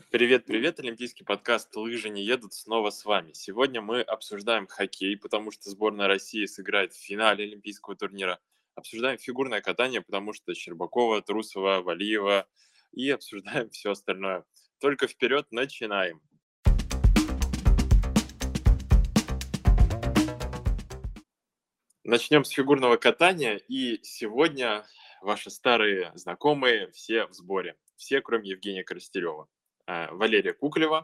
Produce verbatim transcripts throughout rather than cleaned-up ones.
Привет, привет, олимпийский подкаст «Лыжи не едут» снова с вами. Сегодня мы обсуждаем хоккей, потому что сборная России сыграет в финале олимпийского турнира. Обсуждаем фигурное катание, потому что Щербакова, Трусова, Валиева. И обсуждаем все остальное. Только вперед, начинаем. Начнем с фигурного катания. И сегодня ваши старые знакомые все в сборе. Все, кроме Евгения Коростерева. А, Валерия Куклева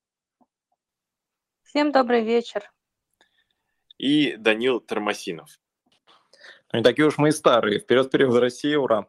Всем добрый вечер. и Данил Тормосинов. Ну, не такие уж мы и старые. Вперед, вперед, Россия, ура!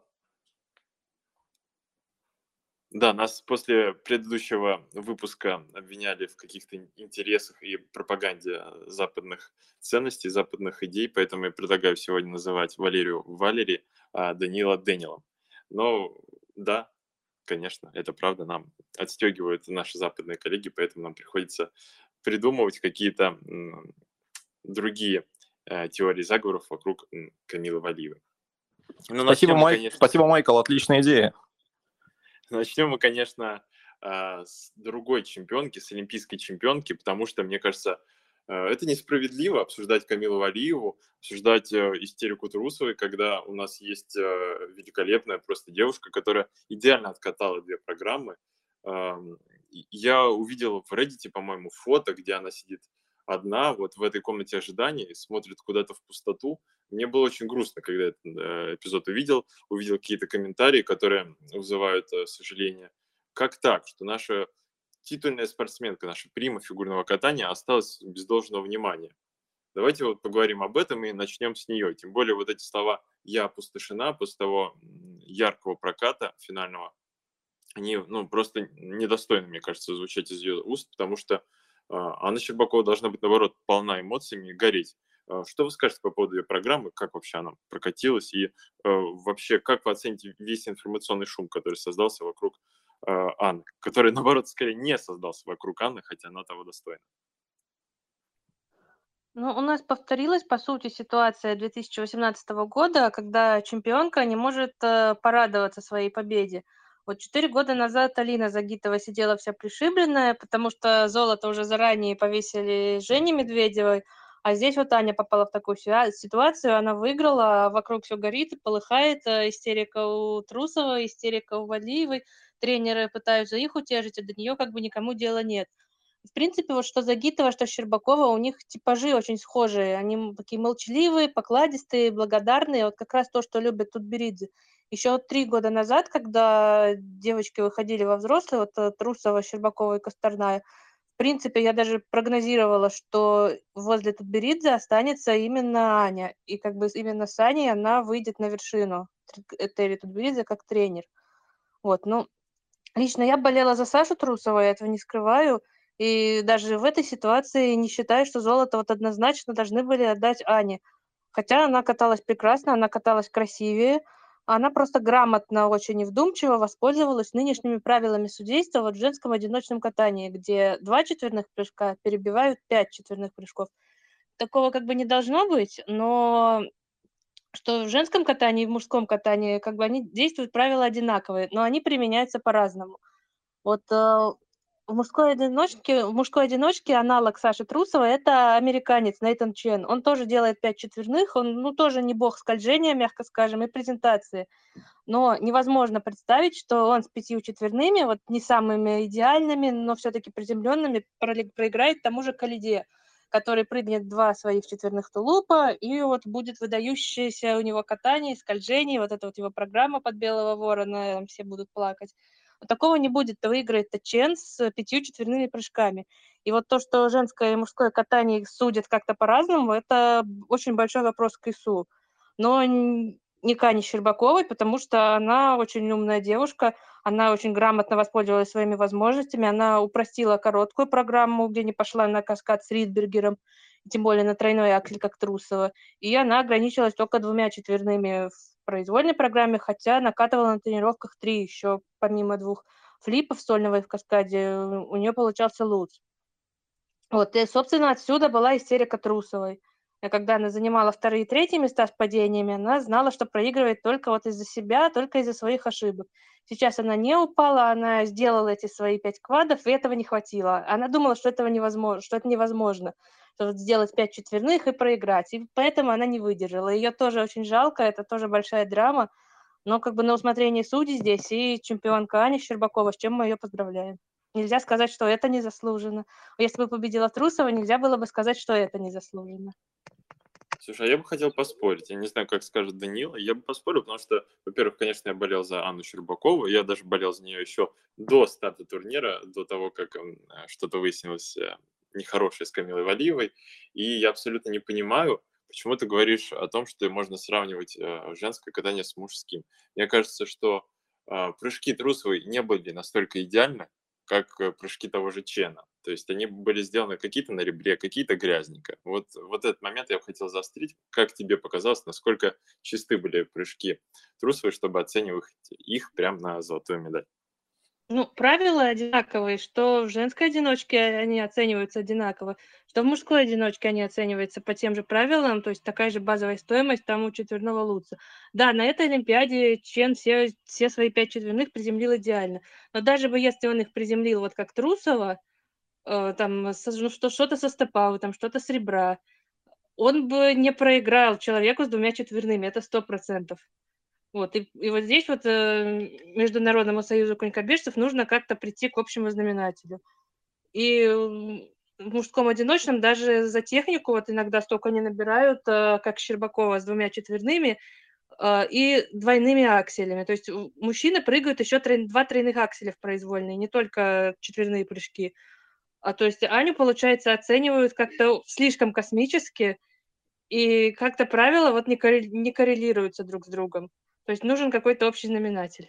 Да, нас после предыдущего выпуска обвиняли в каких-то интересах и пропаганде западных ценностей, западных идей, поэтому я предлагаю сегодня называть Валерию Валери, а Данила Дэниелом. Но да, конечно, это правда, нам отстегивают наши западные коллеги, поэтому нам приходится придумывать какие-то м, другие э, теории заговоров вокруг м, Камилы Валиевой. Но Спасибо, начнем мы, Майк. конечно, Спасибо, Майкл, отличная идея. Начнем мы, конечно, а, с другой чемпионки, с олимпийской чемпионки, потому что, мне кажется, э, это несправедливо обсуждать Камилу Валиеву, обсуждать э, истерику Трусовой, когда у нас есть э, великолепная просто девушка, которая идеально откатала две программы. Ам, и Я увидел в Reddit, по-моему, фото, где она сидит одна вот в этой комнате ожидания и смотрит куда-то в пустоту. Мне было очень грустно, когда этот э, эпизод увидел, увидел какие-то комментарии, которые вызывают э, сожаление. Как так, что наша титульная спортсменка, наша прима фигурного катания осталась без должного внимания? Давайте вот поговорим об этом и начнем с нее. Тем более вот эти слова «я опустошена» после того м, яркого проката финального, они ну, просто недостойны, мне кажется, звучать из ее уст, потому что а, Анна Щербакова должна быть, наоборот, полна эмоциями и гореть. А, Что вы скажете по поводу ее программы, как вообще она прокатилась, и э, вообще, как вы оцените весь информационный шум, который создался вокруг э, Анны, который, наоборот, скорее не создался вокруг Анны, хотя она того достойна? Ну, у нас повторилась, по сути, ситуация две тысячи восемнадцатого года, когда чемпионка не может э, порадоваться своей победе. Вот четыре года назад Алина Загитова сидела вся пришибленная, потому что золото уже заранее повесили Жене Медведевой, а здесь вот Аня попала в такую ситуа- ситуацию, она выиграла, а вокруг все горит и полыхает, э, истерика у Трусовой, истерика у Валиевой, тренеры пытаются их утешить, а до нее как бы никому дела нет. В принципе, вот что Загитова, что Щербакова, у них типажи очень схожие. Они м такие молчаливые, покладистые, благодарные. Вот как раз то, что любит Тутберидзе. Еще вот три года назад, когда девочки выходили во взрослые, вот, э, Трусова, Щербакова и Косторная, в принципе, я даже прогнозировала, что возле Тутберидзе останется именно Аня. И как бы с именно с Аней она выйдет на вершину. Тр Этери Тутберидзе как тренер. Вот, ну, лично я болела за Сашу Трусова, я этого не скрываю. И даже в этой ситуации не считаю, что золото вот однозначно должны были отдать Ане. Хотя она каталась прекрасно, она каталась красивее. Она просто грамотно, очень и вдумчиво воспользовалась нынешними правилами судейства вот в женском одиночном катании, где два четверных прыжка перебивают пять четверных прыжков. Такого как бы не должно быть, но что в женском катании и в мужском катании как бы они действуют правила одинаковые, но они применяются по-разному. Вот, э, в мужской одиночке в мужской одиночке аналог Саши Трусовой — это американец Нейтан Чен. Он тоже делает пять четверных, он, ну, тоже не бог скольжения, мягко скажем, и презентации. Но невозможно представить, что он с пятью четверными, вот не самыми идеальными, но все таки приземленными, проле проиграет тому же Калиде, который прыгнет два своих четверных тулупа, и вот будет выдающееся у него катание, скольжение, вот эта вот его программа под белого ворона, там все будут плакать. Вот такого не будет, выиграет Чен с пятью четверными прыжками. И вот то, что женское и мужское катание их судят как-то по-разному, это очень большой вопрос к ИСУ. Но н не к Ане Щербаковой, потому что она очень умная девушка, она очень грамотно воспользовалась своими возможностями, она упростила короткую программу, где не пошла на каскад с Ридбергером, тем более на тройной аксель, как Трусова, и она ограничилась только двумя четверными в произвольной программе, хотя накатывала на тренировках три еще, помимо двух флипов сольного и в каскаде, у нее получался луц. Вот, и, собственно, отсюда была истерика Трусовой. И когда она занимала вторые и третьи места с падениями, она знала, что проигрывает только вот из-за себя, только из-за своих ошибок. Сейчас она не упала, она сделала эти свои пять квадов, и этого не хватило. Она думала, что этого невозможно, что это невозможно, что вот сделать пять четверных и проиграть. И поэтому она не выдержала. Ее тоже очень жалко, это тоже большая драма. Но как бы на усмотрение судей здесь и чемпионка Аня Щербакова, с чем мы ее поздравляем. Нельзя сказать, что это незаслуженно. Если бы победила Трусова, нельзя было бы сказать, что это незаслуженно. Слушай, а я бы хотел поспорить. Я не знаю, как скажет Данила. Я бы поспорил, потому что, во-первых, конечно, я болел за Анну Щербакову. Я даже болел за нее еще до старта турнира, до того, как м, э, что-то выяснилось э, нехорошее с Камилой Валиевой. И я абсолютно не понимаю, почему ты говоришь о том, что можно сравнивать э, женское катание с мужским. Мне кажется, что э, прыжки Трусовой не были настолько идеальны, как э, прыжки того же Чена. То есть они были сделаны какие-то на ребре, какие-то грязненько. Вот, вот этот момент я бы хотел заострить. Как тебе показалось, насколько чисты были прыжки Трусовой, чтобы оценивать их прямо на золотую медаль? Ну, правила одинаковые, что в женской одиночке они оцениваются одинаково, что в мужской одиночке они оцениваются по тем же правилам, то есть такая же базовая стоимость там у четверного луца. Да, на этой Олимпиаде Чен все, все свои пять четверных приземлил идеально. Но даже бы если он их приземлил вот как Трусова, э, там со- ну, что, что-то со стопаутом, что-то с ребра, он бы не проиграл человеку с двумя четверными, это сто процентов. Вот, и, и вот здесь вот э, Международному союзу конькобежцев нужно как-то прийти к общему знаменателю. И м, в мужском одиночном даже за технику вот иногда столько не набирают, э, как Щербакова с двумя четверными э, и двойными акселями. То есть у- мужчины прыгают еще трой- два тройных акселя в произвольной, не только четверные прыжки. А то есть Аню, получается, оценивают как-то слишком космически, и как-то правила вот не, корре- не коррелируются друг с другом. То есть нужен какой-то общий знаменатель.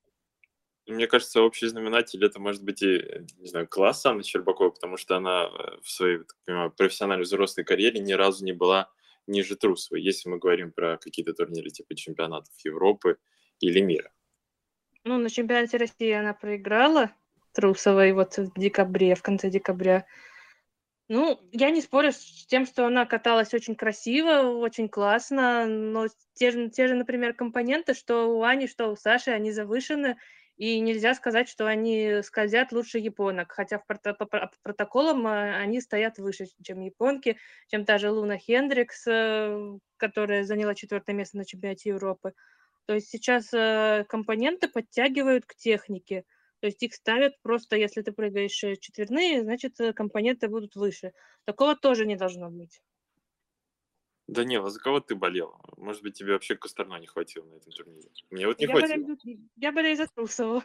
Мне кажется, общий знаменатель это может быть и, э, не знаю, класс Анны Щербаковой, потому что она э, в своей, так понимаю, профессиональной взрослой карьере ни разу не была ниже Трусовой, если мы говорим про какие-то турниры типа чемпионатов Европы или мира. Ну, на чемпионате России она проиграла Трусовой вот в декабре, в конце декабря. Ну, я не спорю с тем, что она каталась очень красиво, очень классно, но те же, те же, например, компоненты, что у Ани, что у Саши, они завышены, и нельзя сказать, что они скользят лучше японок, хотя в прото- по по протоколам а, они стоят выше, чем японки, чем та же Луна Хендрикс, э, которая заняла четвертое место на чемпионате Европы. То есть сейчас э, компоненты подтягивают к технике. То есть их ставят просто, если ты прыгаешь э, четверные, значит, э, компоненты будут выше. Такого тоже не должно быть. Данила, за кого ты болел? Может быть, тебе вообще Косторна не хватило на этом турнире? Мне вот не Я болею, хватило. за- я болею за Трусову.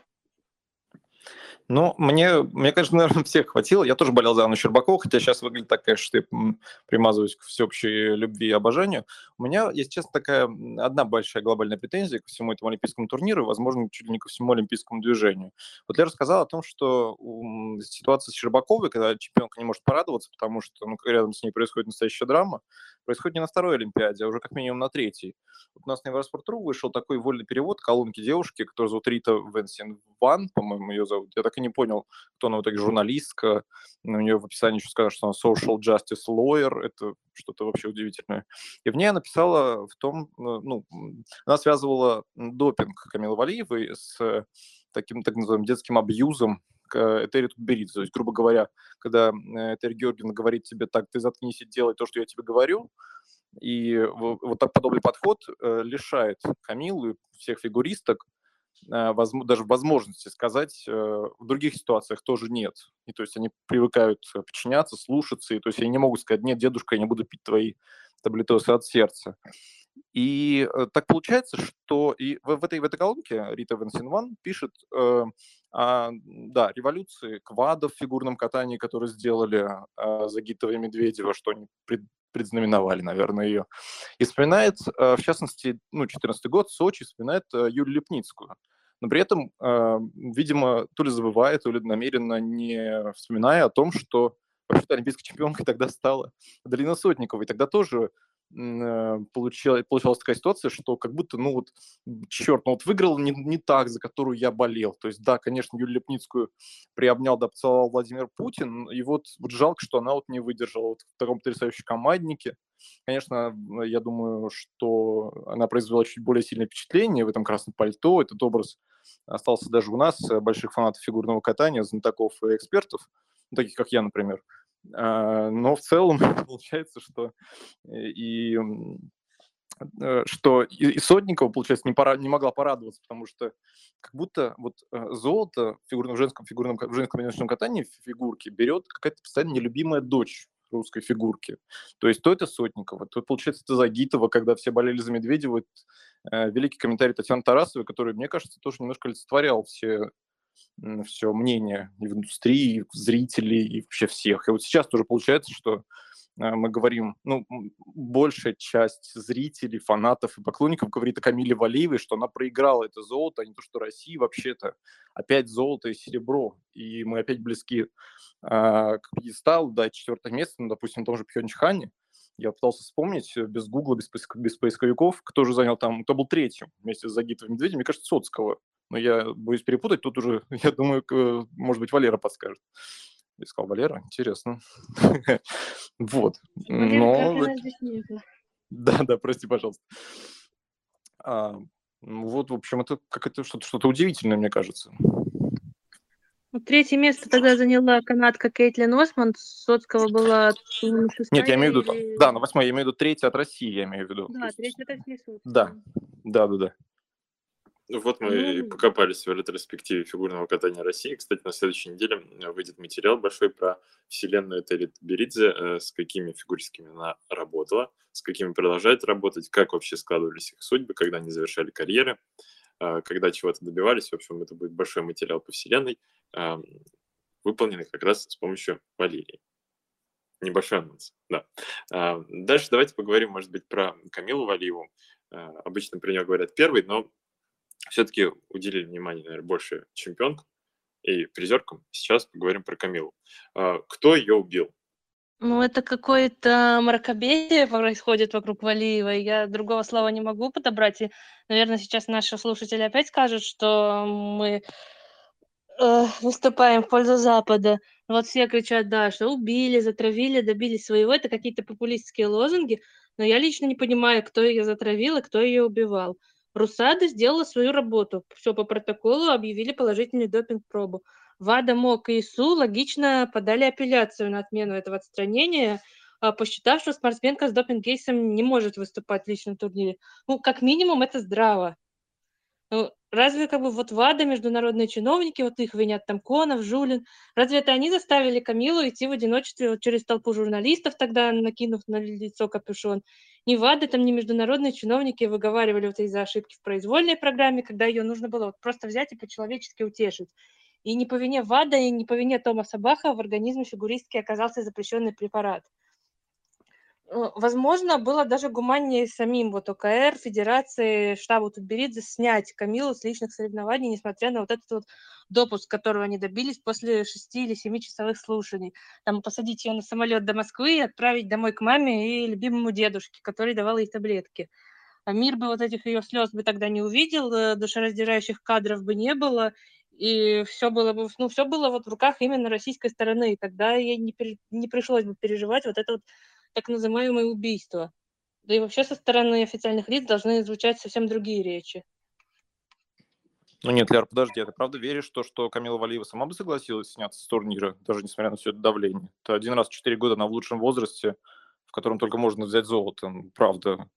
Ну, мне, мне, конечно, наверное, всех хватило. Я тоже болел за Анну Щербакову, хотя сейчас выглядит так, конечно, что я м, примазываюсь к всеобщей любви и обожанию. У меня, если честно, такая м, одна большая глобальная претензия ко всему этому олимпийскому турниру, и, возможно, чуть ли не ко всему олимпийскому движению. Вот я рассказал о том, что м, ситуация с Щербаковой, когда чемпионка не может порадоваться, потому что ну, рядом с ней происходит настоящая драма, происходит не на второй Олимпиаде, а уже как минимум на третьей. Вот у нас на Евроспорт.ру вышел такой вольный перевод колонки девушки, которую зовут Рита Венсин Ван, по-моему, ее зовут. Я так и не понял, кто она, в итоге журналистка. У нее в описании еще сказано, что она social justice lawyer. Это что-то вообще удивительное. И в ней она написала в том, ну, она связывала допинг Камилы Валиевой с таким, так называемым, детским абьюзом к Этери Тутберидзе. То есть, грубо говоря, когда Этери Георгиевна говорит тебе так, ты заткнись и делай то, что я тебе говорю, и вот, вот так подобный подход э, лишает Камилу и всех фигуристок э, возможно, даже возможности сказать э, в других ситуациях тоже нет. И то есть они привыкают подчиняться, слушаться, и то есть они не могут сказать, нет, дедушка, я не буду пить твои таблетосы от сердца. И э, так получается, что и в, в этой, в этой колонке Рита Венсинван пишет э, о, да, революции квадов в фигурном катании, которые сделали э, Загитова и Медведева, что они пред, предзнаменовали, наверное, ее. И вспоминает, э, в частности, ну, четырнадцатый год, Сочи, вспоминает э, Юлию Лепницкую. Но при этом, э, видимо, то ли забывает, то ли намеренно не вспоминая о том, что вообще-то олимпийской чемпионкой тогда стала Аделина Сотникова. И тогда тоже получилась, получалась такая ситуация, что как будто, ну вот, черт, ну вот выиграл не, не так, за которую я болел. То есть, да, конечно, Юлию Лепницкую приобнял, да, поцеловал Владимир Путин, и вот, вот жалко, что она вот не выдержала вот в таком потрясающем команднике. Конечно, я думаю, что она произвела чуть более сильное впечатление в этом красном пальто. Этот образ остался даже у нас, больших фанатов фигурного катания, знатоков и экспертов, таких как я, например. Но в целом получается, что и что и Сотникова, получается, не, пора, не могла порадоваться, потому что как будто вот золото в, фигурном, в женском фигурном в женском одиночном катании в фигурке берет какая-то постоянно нелюбимая дочь русской фигурки. То есть то это Сотникова, то, получается, это Загитова, когда все болели за Медведева. Это, э, великий комментарий Татьяны Тарасовой, который, мне кажется, тоже немножко олицетворял все все мнение и в индустрии, и в зрителей, и вообще всех. И вот сейчас тоже получается, что мы говорим, ну, большая часть зрителей, фанатов и поклонников говорит о Камиле Валиевой, что она проиграла это золото, а не то, что Россия вообще-то опять золото и серебро. И мы опять близки э, к пьедесталу, да, четвертое место, ну, допустим, в том же Пхенчхане. Я пытался вспомнить без Гугла, без, без поисковиков, кто же занял там, кто был третьим вместе с Загитовым Медведем, мне кажется, Соцкого. Но я боюсь перепутать, тут уже, я думаю, может быть, Валера подскажет. Искал Валера, интересно. Вот. Но... Да, да, прости, пожалуйста. А, вот, в общем, это как-то что-то, что-то удивительное, мне кажется. Третье место тогда заняла канадка Кейтлин Осман, Соцкого была шестая. Нет, я имею в виду, или... да, на восьмой, я имею в виду третья от России, я имею в виду. Да, третья от России. Да, да, да, да. Вот мы ну... покопались в ретроспективе фигурного катания России. Кстати, на следующей неделе выйдет материал большой про вселенную Телли Беридзе, с какими фигуристками она работала, с какими продолжает работать, как вообще складывались их судьбы, когда они завершали карьеры, когда чего-то добивались. В общем, это будет большой материал по вселенной, выполненный как раз с помощью Валерии. Небольшой анонс, да. Дальше давайте поговорим, может быть, про Камилу Валиеву. Обычно про нее говорят первый, но все-таки уделили внимание, наверное, больше чемпионкам и призеркам. Сейчас поговорим про Камилу. Кто ее убил? Ну, это какое-то мракобесие происходит вокруг Валиевой. Я другого слова не могу подобрать. И, наверное, сейчас наши слушатели опять скажут, что мы э, выступаем в пользу Запада. Вот все кричат, да, что убили, затравили, добились своего. Это какие-то популистские лозунги. Но я лично не понимаю, кто ее затравил и кто ее убивал. Русада сделала свою работу. Все по протоколу, объявили положительную допинг-пробу. ВАДА, МОК и ИСУ логично подали апелляцию на отмену этого отстранения, посчитав, что спортсменка с допинг-кейсом не может выступать в личном турнире. Ну, как минимум, это здраво. Ну, разве как бы вот ВАДА, международные чиновники, вот их винят там Конов, Жулин, разве это они заставили Камилу идти в одиночестве вот через толпу журналистов, тогда накинув на лицо капюшон? Ни ВАДА, там, ни международные чиновники выговаривали вот из-за ошибки в произвольной программе, когда ее нужно было вот просто взять и по-человечески утешить. И не по вине ВАДА, и не по вине Томаса Баха в организме фигуристки оказался запрещенный препарат. Возможно, было даже гуманнее самим вот ОКР, Федерации, штабу Тутберидзе снять Камилу с личных соревнований, несмотря на вот этот вот допуск, которого они добились после шести или семи часовых слушаний. Там посадить ее на самолет до Москвы и отправить домой к маме и любимому дедушке, который давал ей таблетки. А мир бы вот этих ее слез бы тогда не увидел, душераздирающих кадров бы не было, и все было бы, ну, все было вот в руках именно российской стороны, и тогда ей не, пере, не пришлось бы переживать вот это вот так называемое убийство. Да и вообще со стороны официальных лиц должны звучать совсем другие речи. Ну нет, Ляр, подожди, а ты правда веришь в то, что Камила Валиева сама бы согласилась сняться с турнира, даже несмотря на все это давление? Это один раз в четыре года она в лучшем возрасте, в котором только можно взять золото, правда.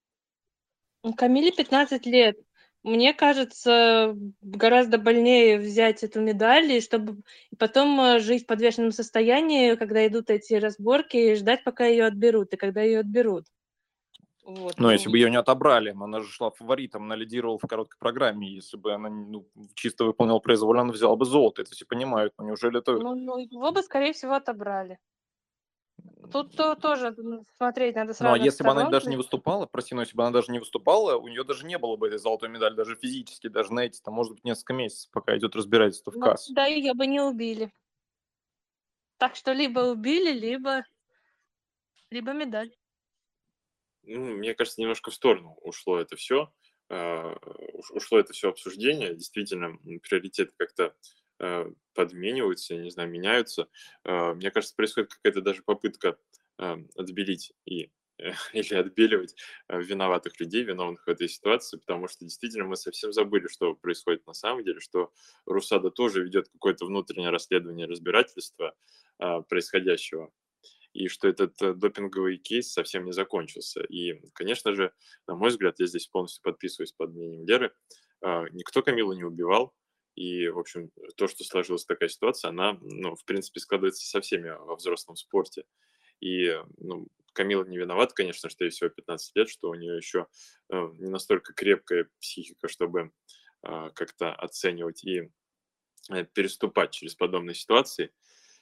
Камиле пятнадцать лет. Мне кажется, гораздо больнее взять эту медаль, и чтобы потом жить в подвешенном состоянии, когда идут эти разборки, и ждать, пока ее отберут, и когда ее отберут. Вот. Но если бы ее не отобрали, она же шла фаворитом, она лидировала в короткой программе, если бы она ну, чисто выполнила произвольно, она взяла бы золото, это все понимают, но неужели это... Ну, ну его бы, скорее всего, отобрали. Тут то, тоже смотреть надо сразу. Ну, а если бы она даже не выступала, прости, но если бы она даже не выступала, у нее даже не было бы этой золотой медали, даже физически, даже на эти, там, может быть, несколько месяцев, пока идет разбирательство в КАС. Ну, да, ее бы не убили. Так что либо убили, либо, либо медаль. ну, мне кажется, немножко в сторону ушло это все. Ушло это все обсуждение. Действительно, м, приоритеты как-то э, подмениваются, я не знаю, меняются. Э, Мне кажется, происходит какая-то даже попытка э, отбелить и э, или отбеливать э, виноватых людей, виновных в этой ситуации, потому что действительно мы совсем забыли, что происходит на самом деле, что Русада тоже ведет какое-то внутреннее расследование, разбирательство э, происходящего, и что этот э, допинговый кейс совсем не закончился. И, конечно же, на мой взгляд, я здесь полностью подписываюсь под мнением Леры, а, никто Камилу не убивал, и, в общем, то, что сложилась такая ситуация, она, ну, в принципе, складывается со всеми во взрослом спорте. И, э, ну, Камила не виновата, конечно, что ей всего пятнадцать лет, что у нее еще э, не настолько крепкая психика, чтобы а, как-то оценивать и э, переступать через подобные ситуации.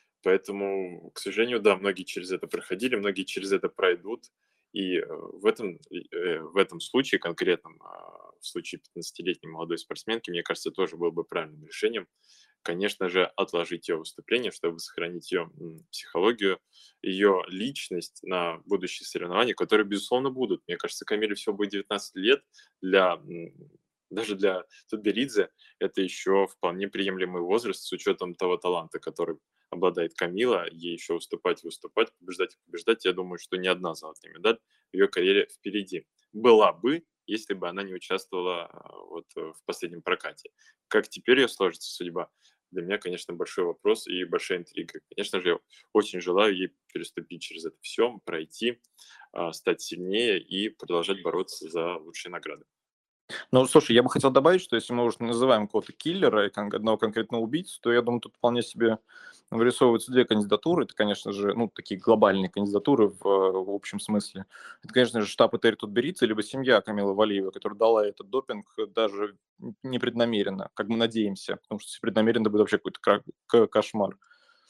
Поэтому, к сожалению, да, многие через это проходили, многие через это пройдут. И э, в этом, э, в этом случае конкретном, а, в случае пятнадцатилетней молодой спортсменки, мне кажется, тоже было бы правильным решением, конечно же, отложить ее выступление, чтобы сохранить ее м, психологию, ее личность на будущие соревнования, которые, безусловно, будут. Мне кажется, Камиле всего будет девятнадцать лет. Для, м, даже для Тутберидзе это еще вполне приемлемый возраст с учетом того таланта, который обладает Камила, ей еще выступать, выступать, побеждать, побеждать. Я думаю, что ни одна золотая медаль в ее карьере впереди. Была бы, если бы она не участвовала а, вот э, в последнем прокате. Как теперь ее сложится судьба? Для меня, конечно, большой вопрос и большая интрига. Конечно же, я очень желаю ей переступить через это все, пройти, а, стать сильнее и продолжать бороться за лучшие награды. Ну, слушай, я бы хотел добавить, что если мы уже называем кого-то киллера и кон- одного конкретного убийцу, то я думаю, тут вполне себе вырисовываются две кандидатуры. Это, конечно же, ну, такие глобальные кандидатуры в, э, в общем смысле. Это, конечно же, штаб Этери Тутберидзе, либо семья Камилы Валиева, которая дала этот допинг э, даже непреднамеренно, как мы надеемся, потому что если преднамеренно, это будет вообще какой-то кра- к- кошмар.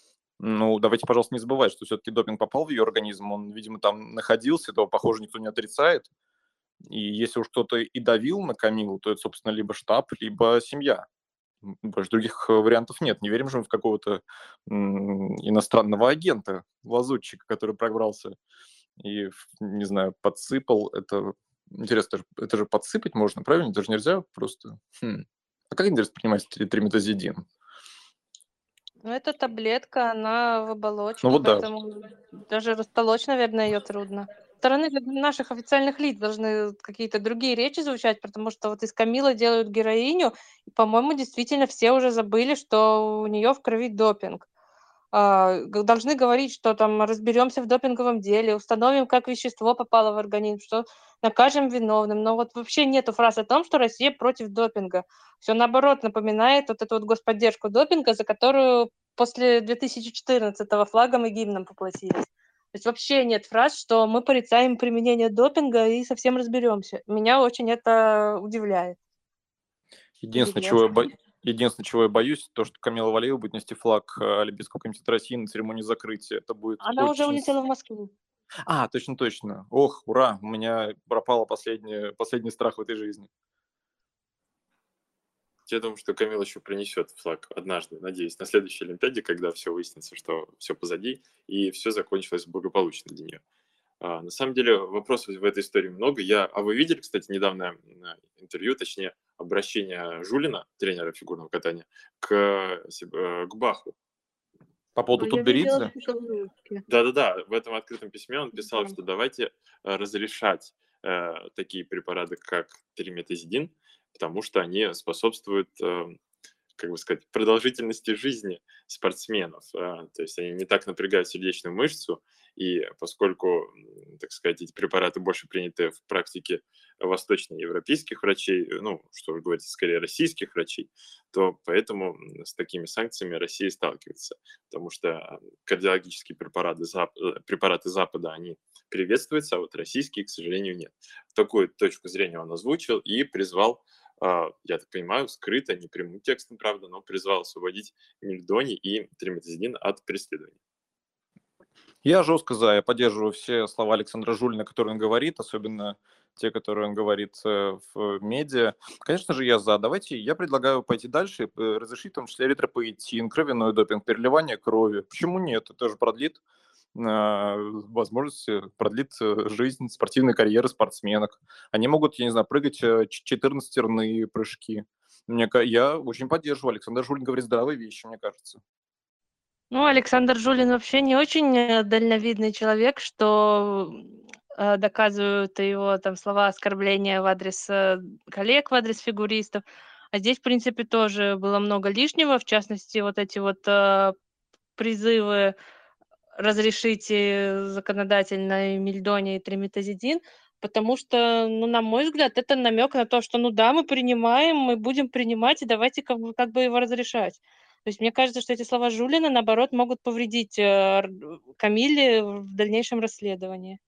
Ну, давайте, пожалуйста, не забывать, что все-таки допинг попал в ее организм, он, видимо, там находился, этого, похоже, никто не отрицает. И если уж кто-то и давил на Камилу, то это, собственно, либо штаб, либо семья. М, Больше других э, вариантов нет. Не верим же мы в какого-то м, иностранного агента, лазутчика, который пробрался и, ф- не знаю, подсыпал. Это интересно, это же это же подсыпать можно, правильно? Это же нельзя просто. Хм. А как интересно принимать триметазидин? Ну, это таблетка, она в Ну оболочке, вот да. поэтому даже растолочь, наверное, ее трудно. Со стороны как бы наших официальных лиц должны какие-то другие речи звучать, потому что вот из Камилы делают героиню, и, по-моему, действительно все уже забыли, что у нее в крови допинг. А, г должны говорить, что там разберемся в допинговом деле, установим, как вещество попало в организм, что накажем виновным. Но вот вообще нету фраз о том, что Россия против допинга. Все наоборот напоминает вот эту вот господдержку допинга, за которую после две тысячи четырнадцатого флагом и гимном поплатились. То есть вообще нет фраз, что мы порицаем применение допинга и совсем разберемся. Меня очень это удивляет или Единственное, чего гложет. я, бо- Единственное, чего я боюсь, то, что Камила Валиева будет нести флаг э, Олимпийского комитета России на церемонии закрытия. Это будет Она уже очень... улетела в Москву. А, точно, точно. Ох, ура, у меня пропал последний, последний страх в этой жизни. Я думаю, что Камил еще принесет флаг однажды, надеюсь, на следующей Олимпиаде, когда все выяснится, что все позади, и все закончилось благополучно для нее. А, на самом деле вопросов в этой истории много. Я, а вы видели, кстати, недавно интервью, точнее, обращение Жулина, тренера фигурного катания, к, Себ- э, к Баху? По А поводу я видела Тутберидзе? что-то в русске. Да-да-да, в этом открытом письме он писал, Да. что давайте э, разрешать э, такие препараты, как триметазидин, потому что они способствуют, э, как бы сказать, продолжительности жизни спортсменов. а, То есть они не так напрягают сердечную мышцу, и поскольку, м, так сказать, эти препараты больше приняты в практике восточноевропейских врачей, э, ну, что вы говорите, скорее российских врачей, то поэтому м, с такими санкциями Россия сталкивается, потому что а, кардиологические препараты, Зап- э, препараты Запада, они приветствуются, а вот российские, к сожалению, нет. Такую точку зрения он озвучил и призвал, а, я так понимаю, скрыто, не прямым текстом, правда, но призвал освободить Нильдони и триметазидин от преследования. Я жестко за, я поддерживаю все слова Александра Жулина, которые он говорит, особенно те, которые он говорит э, в медиа. Конечно же, я за. Давайте, я предлагаю пойти дальше, и э, разрешить в том числе эритропоэтин, кровяной допинг, переливание крови. Почему нет? Это же продлит возможности продлит жизнь спортивной карьеры спортсменок. Они могут, я не знаю, прыгать четырнадцатерные прыжки. Мне, я очень поддерживаю. Александр Жулин говорит здравые вещи, мне кажется. Ну, Александр Жулин вообще не очень дальновидный человек, что э, доказывают его там слова оскорбления в адрес э, коллег, в адрес фигуристов. А здесь, в принципе, тоже было много лишнего, в частности, вот эти вот э, призывы разрешите законодательно мельдоний и триметазидин, потому что, ну, на мой взгляд, это намек на то, что, ну да, мы принимаем, мы будем принимать, и давайте как бы, как бы его разрешать. То есть мне кажется, что эти слова Жулина, наоборот, могут повредить э, Камиле в дальнейшем расследовании.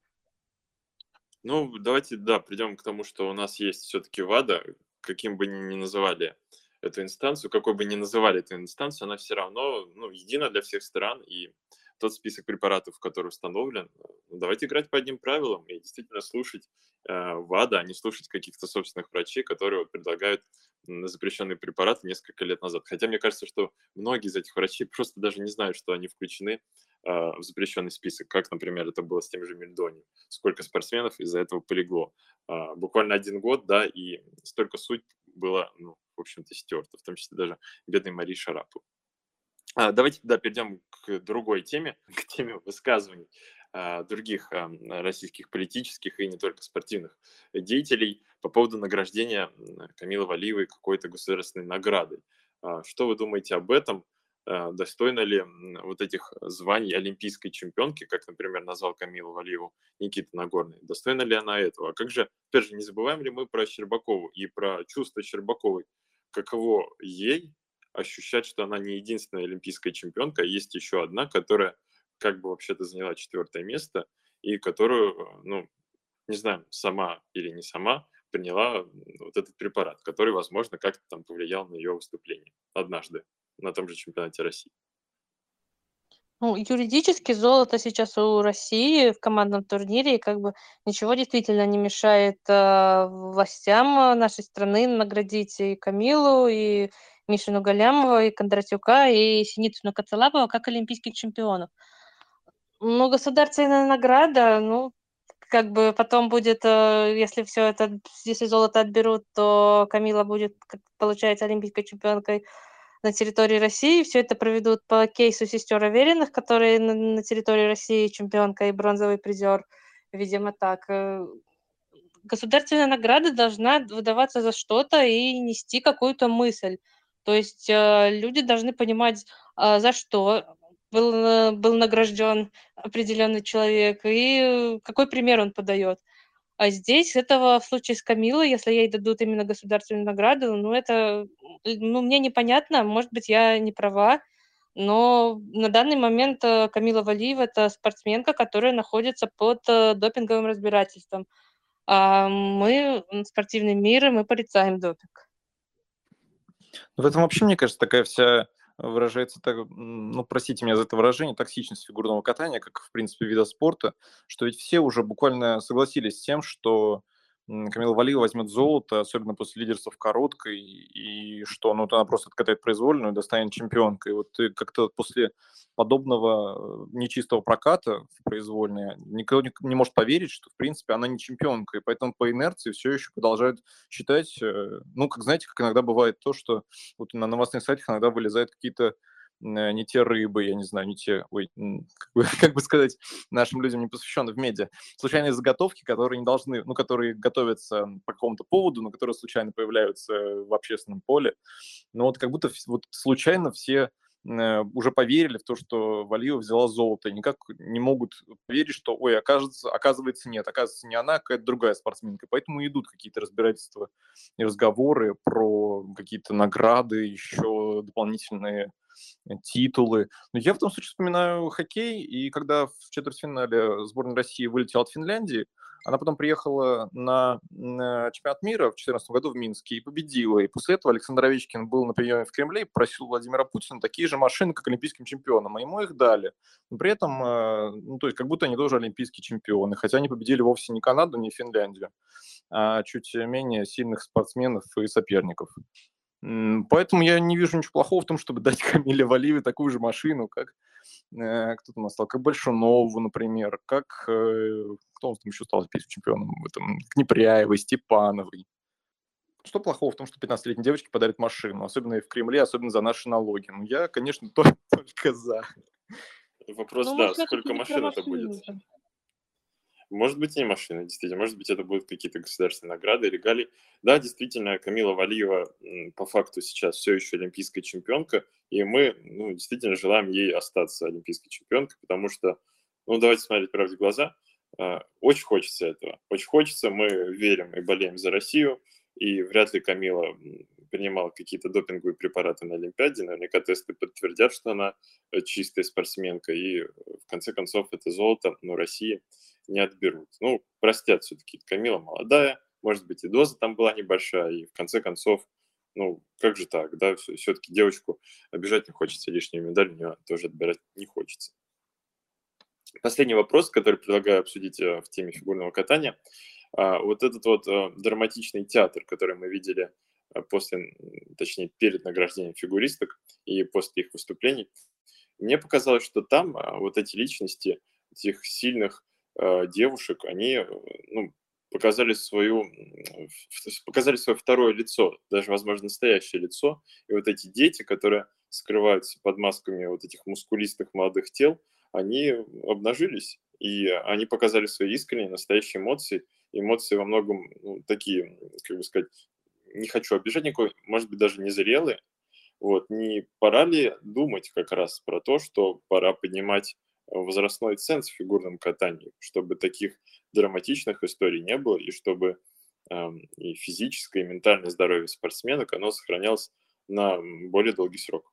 Ну, давайте, да, придем к тому, что у нас есть все-таки ВАДА, каким бы ни называли эту инстанцию, какой бы ни называли эту инстанцию, она все равно, ну, едина для всех стран, и тот список препаратов, который установлен, ну, давайте играть по одним правилам и действительно слушать э, ВАДА, а не слушать каких-то собственных врачей, которые вот предлагают запрещенные препараты несколько лет назад. Хотя мне кажется, что многие из этих врачей просто даже не знают, что они включены э, в запрещенный список, как, например, это было с тем же Мельдонием. Сколько спортсменов из-за этого полегло. Э, буквально один год, да, и столько суть было, ну, в общем-то, стерто, в том числе даже бедной Марии Шараповой. А, давайте, да, перейдем к другой теме, к теме высказываний а, других а, российских политических и не только спортивных деятелей по поводу награждения Камилы Валиевой какой-то государственной наградой. А, что вы думаете об этом? А, достойно ли вот этих званий олимпийской чемпионки, как, например, назвал Камилу Валиеву Никита Нагорный? Достойна ли она этого? А как же, опять же, не забываем ли мы про Щербакову и про чувство Щербаковой? Каково ей ощущать, что она не единственная олимпийская чемпионка, а есть еще одна, которая как бы вообще-то заняла четвертое место и которую, ну, не знаю, сама или не сама приняла вот этот препарат, который, возможно, как-то там повлиял на ее выступление однажды на том же чемпионате России. Ну, юридически золото сейчас у России в командном турнире, и как бы ничего действительно не мешает э, властям нашей страны наградить и Камилу, и Мишину Галямова, и Кондратюка, и Синицыну Кацалапова как олимпийских чемпионов. Ну, государственная награда, ну, как бы потом будет, э, если все это, если золото отберут, то Камила будет, как получается, олимпийской чемпионкой на территории России. Все это проведут по кейсу сестер Авериных, которые на, на территории России чемпионка и бронзовый призер. Видимо, так. Э, Государственная награда должна выдаваться за что-то и нести какую-то мысль. То есть э, люди должны понимать, а, за что был, э, был награжден определенный человек и какой пример он подает. А здесь этого в случае с Камилой, если ей дадут именно государственную награду, ну, это, ну, мне непонятно, может быть, я не права, но на данный момент э, Камила Валиева – это спортсменка, которая находится под э, допинговым разбирательством. А мы, м, спортивный мир, и мы порицаем допинг. В этом вообще, мне кажется, такая вся выражается, так, м, ну, простите меня за это выражение, токсичность фигурного катания, как, в принципе, вида спорта, что ведь все уже буквально согласились с тем, что м, Камила Валиева возьмет золото, особенно после лидерства в короткой, и что ну, вот она просто откатает произвольную и достанет чемпионкой. И вот э, как-то после подобного э, нечистого проката в произвольной никто не, не может поверить, что, в принципе, она не чемпионка, и поэтому по инерции все еще продолжают считать, э, ну, как знаете, как иногда бывает то, что вот на новостных сайтах иногда вылезают какие-то э, не те рыбы, я не знаю, не те, ой, м, как бы, как бы сказать, нашим людям, не посвященным в медиа, случайные заготовки, которые не должны, ну, которые готовятся по какому-то поводу, но которые случайно появляются в общественном поле. Но вот как будто вс- вот случайно все э, уже поверили в то, что Валиева взяла золото, и никак не могут поверить, что, ой, окажется, оказывается, нет, оказывается, не она, а какая-то другая спортсменка. Поэтому идут какие-то разбирательства и разговоры про какие-то награды, еще дополнительные титулы. Но я в том случае вспоминаю хоккей, и когда в четвертьфинале сборная России вылетела от Финляндии, она потом приехала на, на чемпионат мира в две тысячи четырнадцатом году в Минске и победила. И после этого Александр Овечкин был на приеме в Кремле и просил Владимира Путина такие же машины, как олимпийским чемпионам, а ему их дали. Но при этом, э, ну, то есть как будто они тоже олимпийские чемпионы, хотя они победили вовсе не Канаду, не Финляндию, а чуть менее сильных спортсменов и соперников. М, Поэтому я не вижу ничего плохого в том, чтобы дать Камиле Валиевой такую же машину, как э, кто там стал, как Большунову, например, как, э, кто он там еще стал чемпионом в этом, Кнепряевой, Степановой. Что плохого в том, что пятнадцатилетней девочке подарят машину, особенно и в Кремле, особенно за наши налоги? Ну, я, конечно, только, только за. Вопрос, Ну, мы да, все-таки сколько не про машин это будет? машины же. Может быть, и не машина, действительно. Может быть, это будут какие-то государственные награды, регалии. Да, действительно, Камила Валиева м, по факту сейчас все еще олимпийская чемпионка, и мы, ну, действительно желаем ей остаться олимпийской чемпионкой, потому что, ну, давайте смотреть правде в глаза, а, очень хочется этого. Очень хочется, мы верим и болеем за Россию, и вряд ли Камила м, принимала какие-то допинговые препараты на Олимпиаде. Наверняка тесты подтвердят, что она э, чистая спортсменка, и э, в конце концов это золото, ну, России не отберут. Ну, простят все-таки, Камила молодая, может быть, и доза там была небольшая, и в конце концов, ну, как же так, да, все-таки девочку обижать не хочется, лишнюю медаль у нее тоже отбирать не хочется. Последний вопрос, который предлагаю обсудить э, в теме фигурного катания. А, Вот этот вот э, драматичный театр, который мы видели э, после, м, точнее, перед награждением фигуристок и после их выступлений, мне показалось, что там а, вот эти личности, этих сильных э, девушек, они э, ну, показали свою, м, в- показали свое второе лицо, даже, возможно, настоящее лицо. И вот эти дети, которые скрываются под масками вот этих мускулистых молодых тел, они обнажились, и они показали свои искренние, настоящие эмоции. Эмоции во многом ну, такие, как бы сказать, не хочу обижать никого, может быть, даже незрелые, вот, не пора ли думать как раз про то, что пора поднимать э, возрастной ценз в фигурном катании, чтобы таких драматичных историй не было, и чтобы эм, и физическое, и ментальное здоровье спортсменок, оно сохранялось на м, более долгий срок.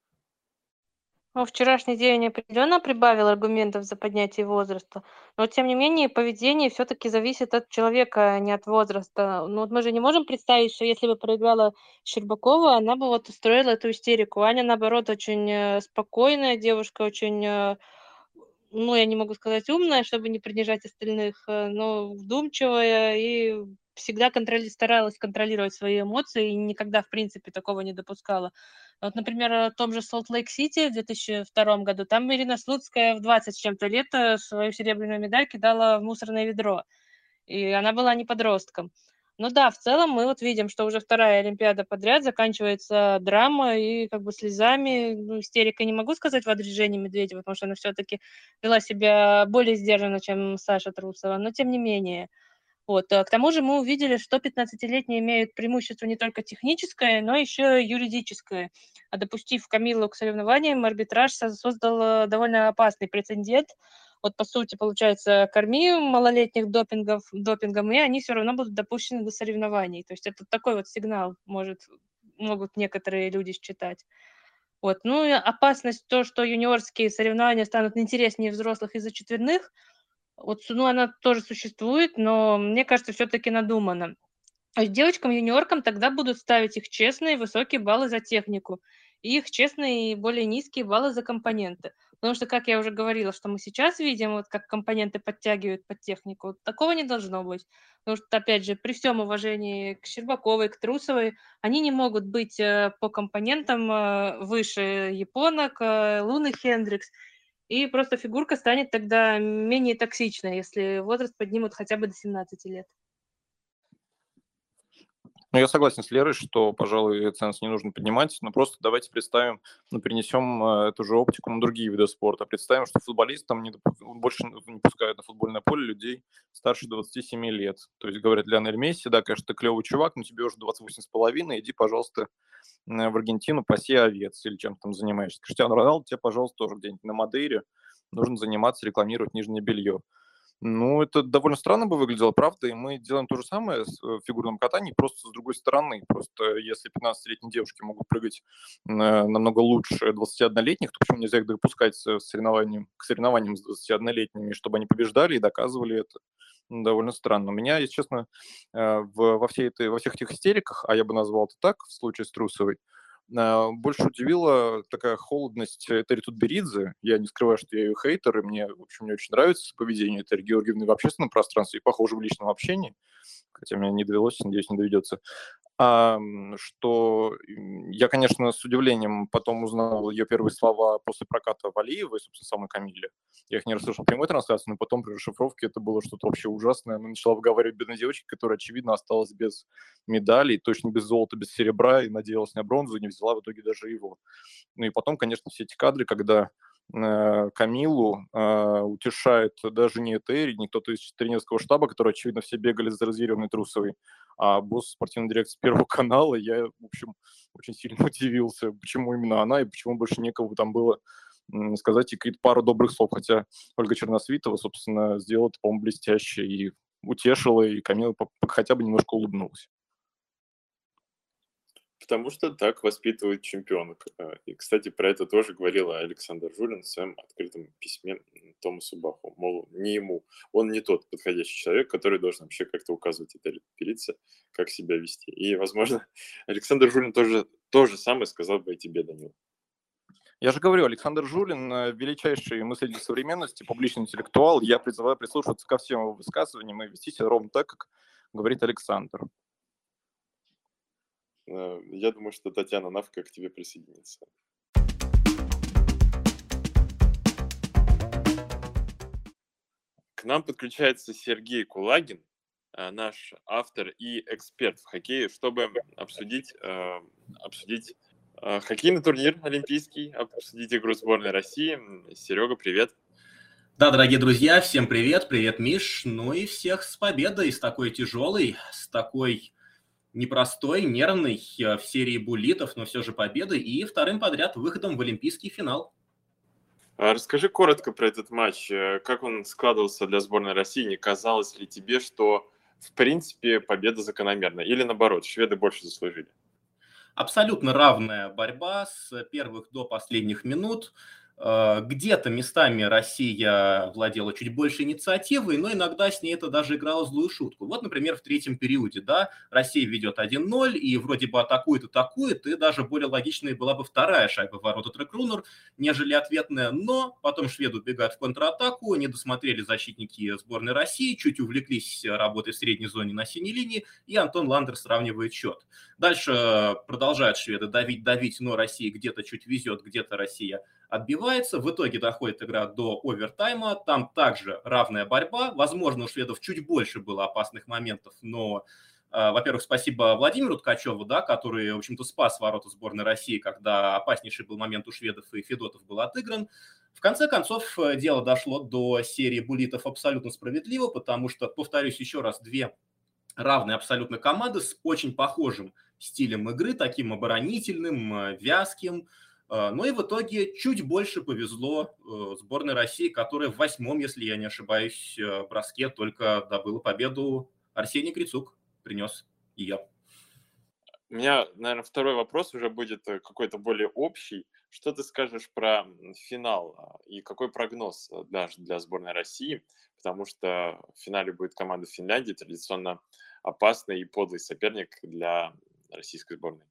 Ну, вчерашний день определенно прибавил аргументов за поднятие возраста, но тем не менее поведение все-таки зависит от человека, а не от возраста. Ну вот мы же не можем представить, что если бы проиграла Щербакова, она бы вот устроила эту истерику. Аня, наоборот, очень э, спокойная девушка, очень э, ну, я не могу сказать умная, чтобы не принижать остальных, э, но вдумчивая и всегда контроли старалась контролировать свои эмоции и никогда, в принципе, такого не допускала. Вот, например, э, в том же Солт-Лейк-Сити в две тысячи втором году, там Ирина Слуцкая в двадцать с чем-то лет э, свою серебряную медаль кидала в мусорное ведро, и она была не подростком. Ну да, в целом мы вот видим, что уже вторая Олимпиада подряд заканчивается драмой и как бы слезами. Ну, истерика не могу сказать в адрес Жени Медведевой, потому что она все-таки вела себя более сдержанно, чем Саша Трусова, но тем не менее. Вот. а К тому же мы увидели, что пятнадцатилетние имеют преимущество не только техническое, но еще и юридическое. А допустив Камилу к соревнованиям, арбитраж со- создал э, довольно опасный прецедент. Вот, по сути, получается, корми малолетних допингов, допингом, и они все равно будут допущены до соревнований. То есть это такой вот сигнал может, могут некоторые люди считать. Вот. Ну и опасность то, что юниорские соревнования станут интереснее взрослых из-за четверных, вот, ну, она тоже существует, но мне кажется, все-таки надуманно. А есть девочкам-юниоркам тогда будут ставить их честные высокие баллы за технику и их честные и более низкие баллы за компоненты. Потому что, как я уже говорила, что мы сейчас видим, вот как компоненты подтягивают под технику, вот такого не должно быть. Потому что, опять же, при всем уважении к Щербаковой, к Трусовой, они не могут быть э, по компонентам э, выше японок, э, Луны Хендрикс. И просто фигурка станет тогда менее токсичной, если возраст поднимут хотя бы до семнадцати лет. Ну, я согласен с Лерой, что, пожалуй, ценз не нужно поднимать, но просто давайте представим, ну, перенесем э, эту же оптику на другие виды спорта. Представим, что футболистам не допу- больше не пускают на футбольное поле людей старше двадцати семи лет. То есть говорят, Лионель Месси, да, конечно, ты клевый чувак, но тебе уже двадцать восемь с половиной, иди, пожалуйста, э, в Аргентину, паси овец или чем ты там занимаешься. Криштиану Роналду, тебе, пожалуйста, тоже где-нибудь на Мадейре нужно заниматься, рекламировать нижнее белье. Ну, это довольно странно бы выглядело, правда, и мы делаем то же самое с э, фигурным катанием, просто с другой стороны. Просто если пятнадцатилетние девушки могут прыгать э, намного лучше двадцатиоднолетних, то почему нельзя их допускать с соревнованием, к соревнованиям с двадцатиоднолетними, чтобы они побеждали и доказывали это? Ну, довольно странно. Меня, если честно, э, в- во, всей этой, во всех этих истериках, а я бы назвал это так в случае с Трусовой, а, больше удивила такая холодность Этери Тутберидзе. Я не скрываю, что я ее хейтер, и мне, в общем, не очень нравится поведение Этери Георгиевны в общественном пространстве и, похоже, в личном общении, хотя мне не довелось, надеюсь, не доведется. А, что я, конечно, с удивлением потом узнал ее первые слова после проката Валиевой, собственно, самой Камилле. Я их не расслышал в прямой трансляции, но потом при расшифровке это было что-то вообще ужасное. Она начала выговаривать бедной девочке, которая, очевидно, осталась без медалей, точно без золота, без серебра, и надеялась на бронзу, и не взяла в итоге даже его. Ну и потом, конечно, все эти кадры, когда э, Камилу э, утешает даже не Этери, не кто-то из тренерского штаба, который, очевидно, все бегали за разъяренной Трусовой, а босс спортивной дирекции Первого канала. Я, в общем, очень сильно удивился, почему именно она и почему больше некого там было сказать и какие-то пару добрых слов. Хотя Ольга Черносвитова, собственно, сделала это, по-моему, блестяще и утешила, и Камила хотя бы немножко улыбнулась. Потому что так воспитывают чемпионок. И, кстати, про это тоже говорила Александр Жулин в своем открытом письме Томасу Баху. Мол, не ему. Он не тот подходящий человек, который должен вообще как-то указывать этой певице, как себя вести. И, возможно, Александр Жулин тоже то же самое сказал бы и тебе, Данил. Я же говорю, Александр Жулин – величайший мыслитель современности, публичный интеллектуал. Я призываю прислушиваться ко всем его высказываниям и вести себя ровно так, как говорит Александр. Я думаю, что Татьяна Навка к тебе присоединится. К нам подключается Сергей Кулагин, наш автор и эксперт в хоккее, чтобы обсудить, обсудить хоккейный турнир олимпийский, обсудить игру сборной России. Серега, привет. Да, дорогие друзья, всем привет, привет, Миш. Ну и всех с победой, с такой тяжелой, с такой непростой, нервной в серии буллитов, но все же победой и вторым подряд выходом в олимпийский финал. Расскажи коротко про этот матч. Как он складывался для сборной России? Не казалось ли тебе, что в принципе победа закономерна? Или наоборот, шведы больше заслужили? Абсолютно равная борьба с первых до последних минут. Где-то местами Россия владела чуть больше инициативой, но иногда с ней это даже играло злую шутку. Вот, например, в третьем периоде, да, Россия ведет один ноль и вроде бы атакует, атакует, и даже более логичной была бы вторая шайба в ворота Трекрунер, нежели ответная, но потом шведы убегают в контратаку, не досмотрели защитники сборной России, чуть увлеклись работой в средней зоне на синей линии, и Антон Ландер сравнивает счет. Дальше продолжают шведы давить, давить, но Россия где-то чуть везет, где-то Россия отбивается. В итоге доходит игра до овертайма. Там также равная борьба. Возможно, у шведов чуть больше было опасных моментов, но, э, во-первых, спасибо Владимиру Ткачеву, да, который, в общем-то, спас ворота сборной России, когда опаснейший был момент у шведов и Федотов был отыгран. В конце концов, дело дошло до серии буллитов абсолютно справедливо, потому что, повторюсь еще раз, две равные абсолютно команды с очень похожим стилем игры, таким оборонительным, вязким. Но и в итоге чуть больше повезло сборной России, которая в восьмом, если я не ошибаюсь, броске только добыла победу. Арсений Грицук принес ее. У меня, наверное, второй вопрос уже будет какой-то более общий. Что ты скажешь про финал и какой прогноз для, для сборной России? Потому что в финале будет команда Финляндии, традиционно опасный и подлый соперник для российской сборной.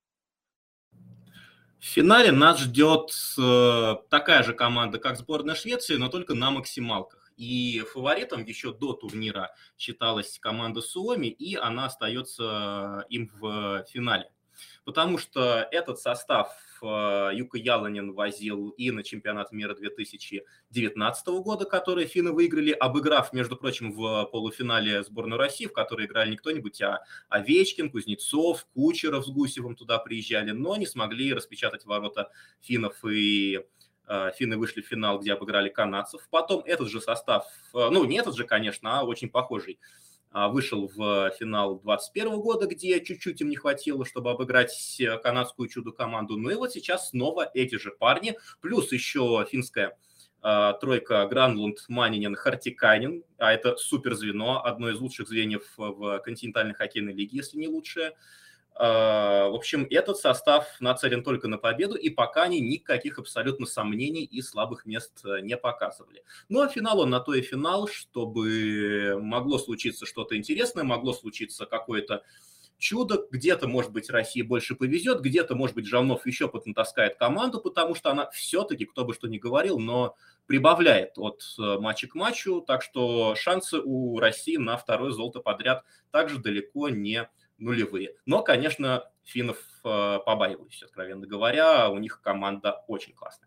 В финале нас ждет э, такая же команда, как сборная Швеции, но только на максималках. И фаворитом еще до турнира считалась команда Суоми, и она остается им в финале. Потому что этот состав э, Юка Яланин возил и на чемпионат мира две тысячи девятнадцатого года, который финны выиграли, обыграв, между прочим, в полуфинале сборную России, в которой играли не кто-нибудь, а Овечкин, Кузнецов, Кучеров с Гусевым туда приезжали, но не смогли распечатать ворота финнов, и э, финны вышли в финал, где обыграли канадцев. Потом этот же состав, э, ну не этот же, конечно, а очень похожий, вышел в финал двадцать первого года, где чуть-чуть им не хватило, чтобы обыграть канадскую чудо-команду. Ну и вот сейчас снова эти же парни, плюс еще финская э, тройка Гранлунд, Манинен, Хартикайнен, а это суперзвено, одно из лучших звеньев в континентальной хоккейной лиге, если не лучшее. В общем, этот состав нацелен только на победу, и пока они никаких абсолютно сомнений и слабых мест не показывали. Ну, а финал он на то и финал, чтобы могло случиться что-то интересное, могло случиться какое-то чудо. Где-то, может быть, России больше повезет, где-то, может быть, Жавнов еще поднатаскает команду, потому что она все-таки, кто бы что ни говорил, но прибавляет от матча к матчу, так что шансы у России на второе золото подряд также далеко не нулевые. Но, конечно, финнов э, побаиваюсь, откровенно говоря, у них команда очень классная.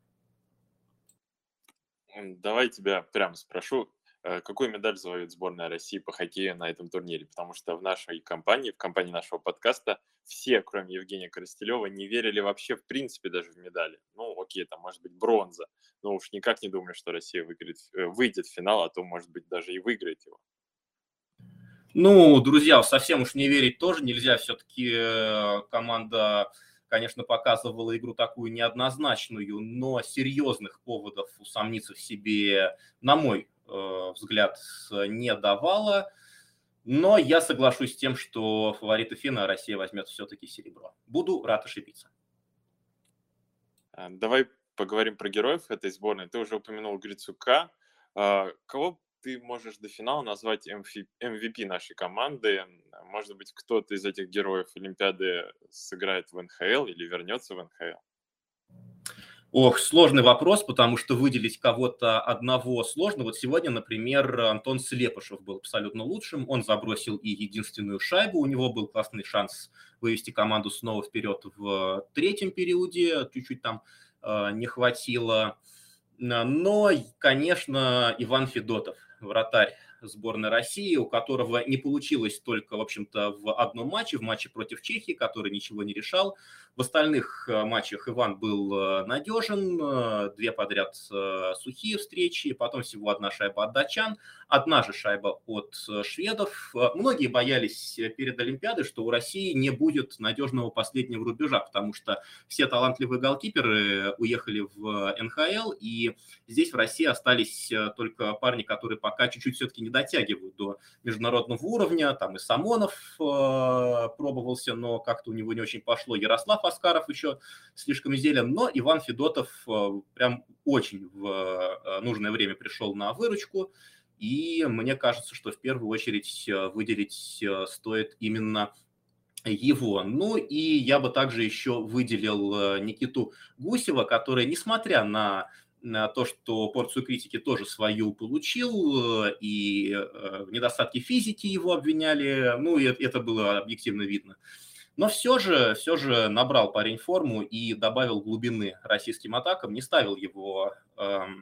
Давай тебя прямо спрошу, э, какую медаль завоюет сборная России по хоккею на этом турнире? Потому что в нашей компании, в компании нашего подкаста, все, кроме Евгения Коростелева, не верили вообще в принципе даже в медали. Ну, окей, там может быть бронза, но уж никак не думали, что Россия выиграет, э, выйдет в финал, а то, может быть, даже и выиграет его. Ну, друзья, совсем уж не верить тоже нельзя. Все-таки э, команда, конечно, показывала игру такую неоднозначную, но серьезных поводов усомниться в себе, на мой э, взгляд, не давала. Но я соглашусь с тем, что фавориты финна, а Россия возьмет все-таки серебро. Буду рад ошибиться. А, Давай поговорим про героев этой сборной. Ты уже упомянул Грицука. А, Кого ты можешь до финала назвать эм ви пи нашей команды? Может быть, кто-то из этих героев Олимпиады сыграет в эн ха эл или вернется в эн ха эл? Ох, сложный вопрос, потому что выделить кого-то одного сложно. Вот сегодня, например, Антон Слепышев был абсолютно лучшим. Он забросил и единственную шайбу. У него был классный шанс вывести команду снова вперед в третьем периоде. Чуть-чуть там э, не хватило. Но, конечно, Иван Федотов, вратарь сборной России, у которого не получилось только, в общем-то, в одном матче, в матче против Чехии, который ничего не решал. В остальных матчах Иван был надежен, две подряд сухие встречи, потом всего одна шайба от датчан, одна же шайба от шведов. Многие боялись перед Олимпиадой, что у России не будет надежного последнего рубежа, потому что все талантливые голкиперы уехали в эн ха эл, и здесь в России остались только парни, которые пока чуть-чуть все-таки не дотягивают до международного уровня. Там и Самонов э, пробовался, но как-то у него не очень пошло. Ярослав Аскаров еще слишком зелен. Но Иван Федотов э, прям очень в э, нужное время пришел на выручку. И мне кажется, что в первую очередь выделить стоит именно его. Ну и я бы также еще выделил Никиту Гусева, который, несмотря на на то, что порцию критики тоже свою получил, и в недостатке физики его обвиняли, ну, и это было объективно видно. Но все же, все же набрал парень форму и добавил глубины российским атакам, не ставил его эм,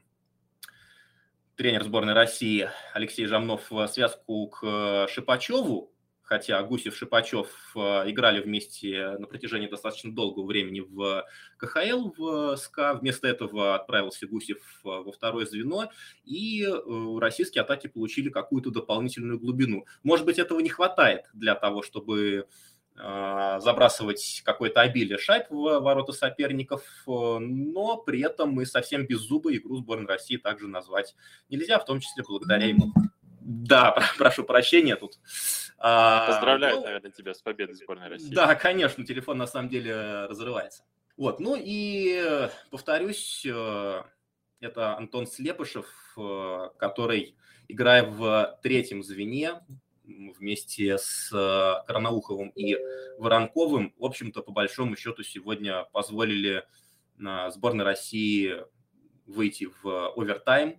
тренер сборной России Алексей Жамнов в связку к Шипачеву, хотя Гусев, Шипачев играли вместе на протяжении достаточно долгого времени в ка ха эл, в СКА. Вместо этого отправился Гусев во второе звено, и российские атаки получили какую-то дополнительную глубину. Может быть, этого не хватает для того, чтобы забрасывать какое-то обилие шайб в ворота соперников, но при этом мы совсем без зуба игру сборной России также назвать нельзя, в том числе благодаря ему. Да, прошу прощения тут. Поздравляю, ну, наверное, тебя с победой сборной России. Да, конечно, телефон на самом деле разрывается. Вот, ну и повторюсь, это Антон Слепышев, который, играя в третьем звене вместе с Карнауховым и Воронковым, в общем-то, по большому счету сегодня позволили сборной России выйти в овертайм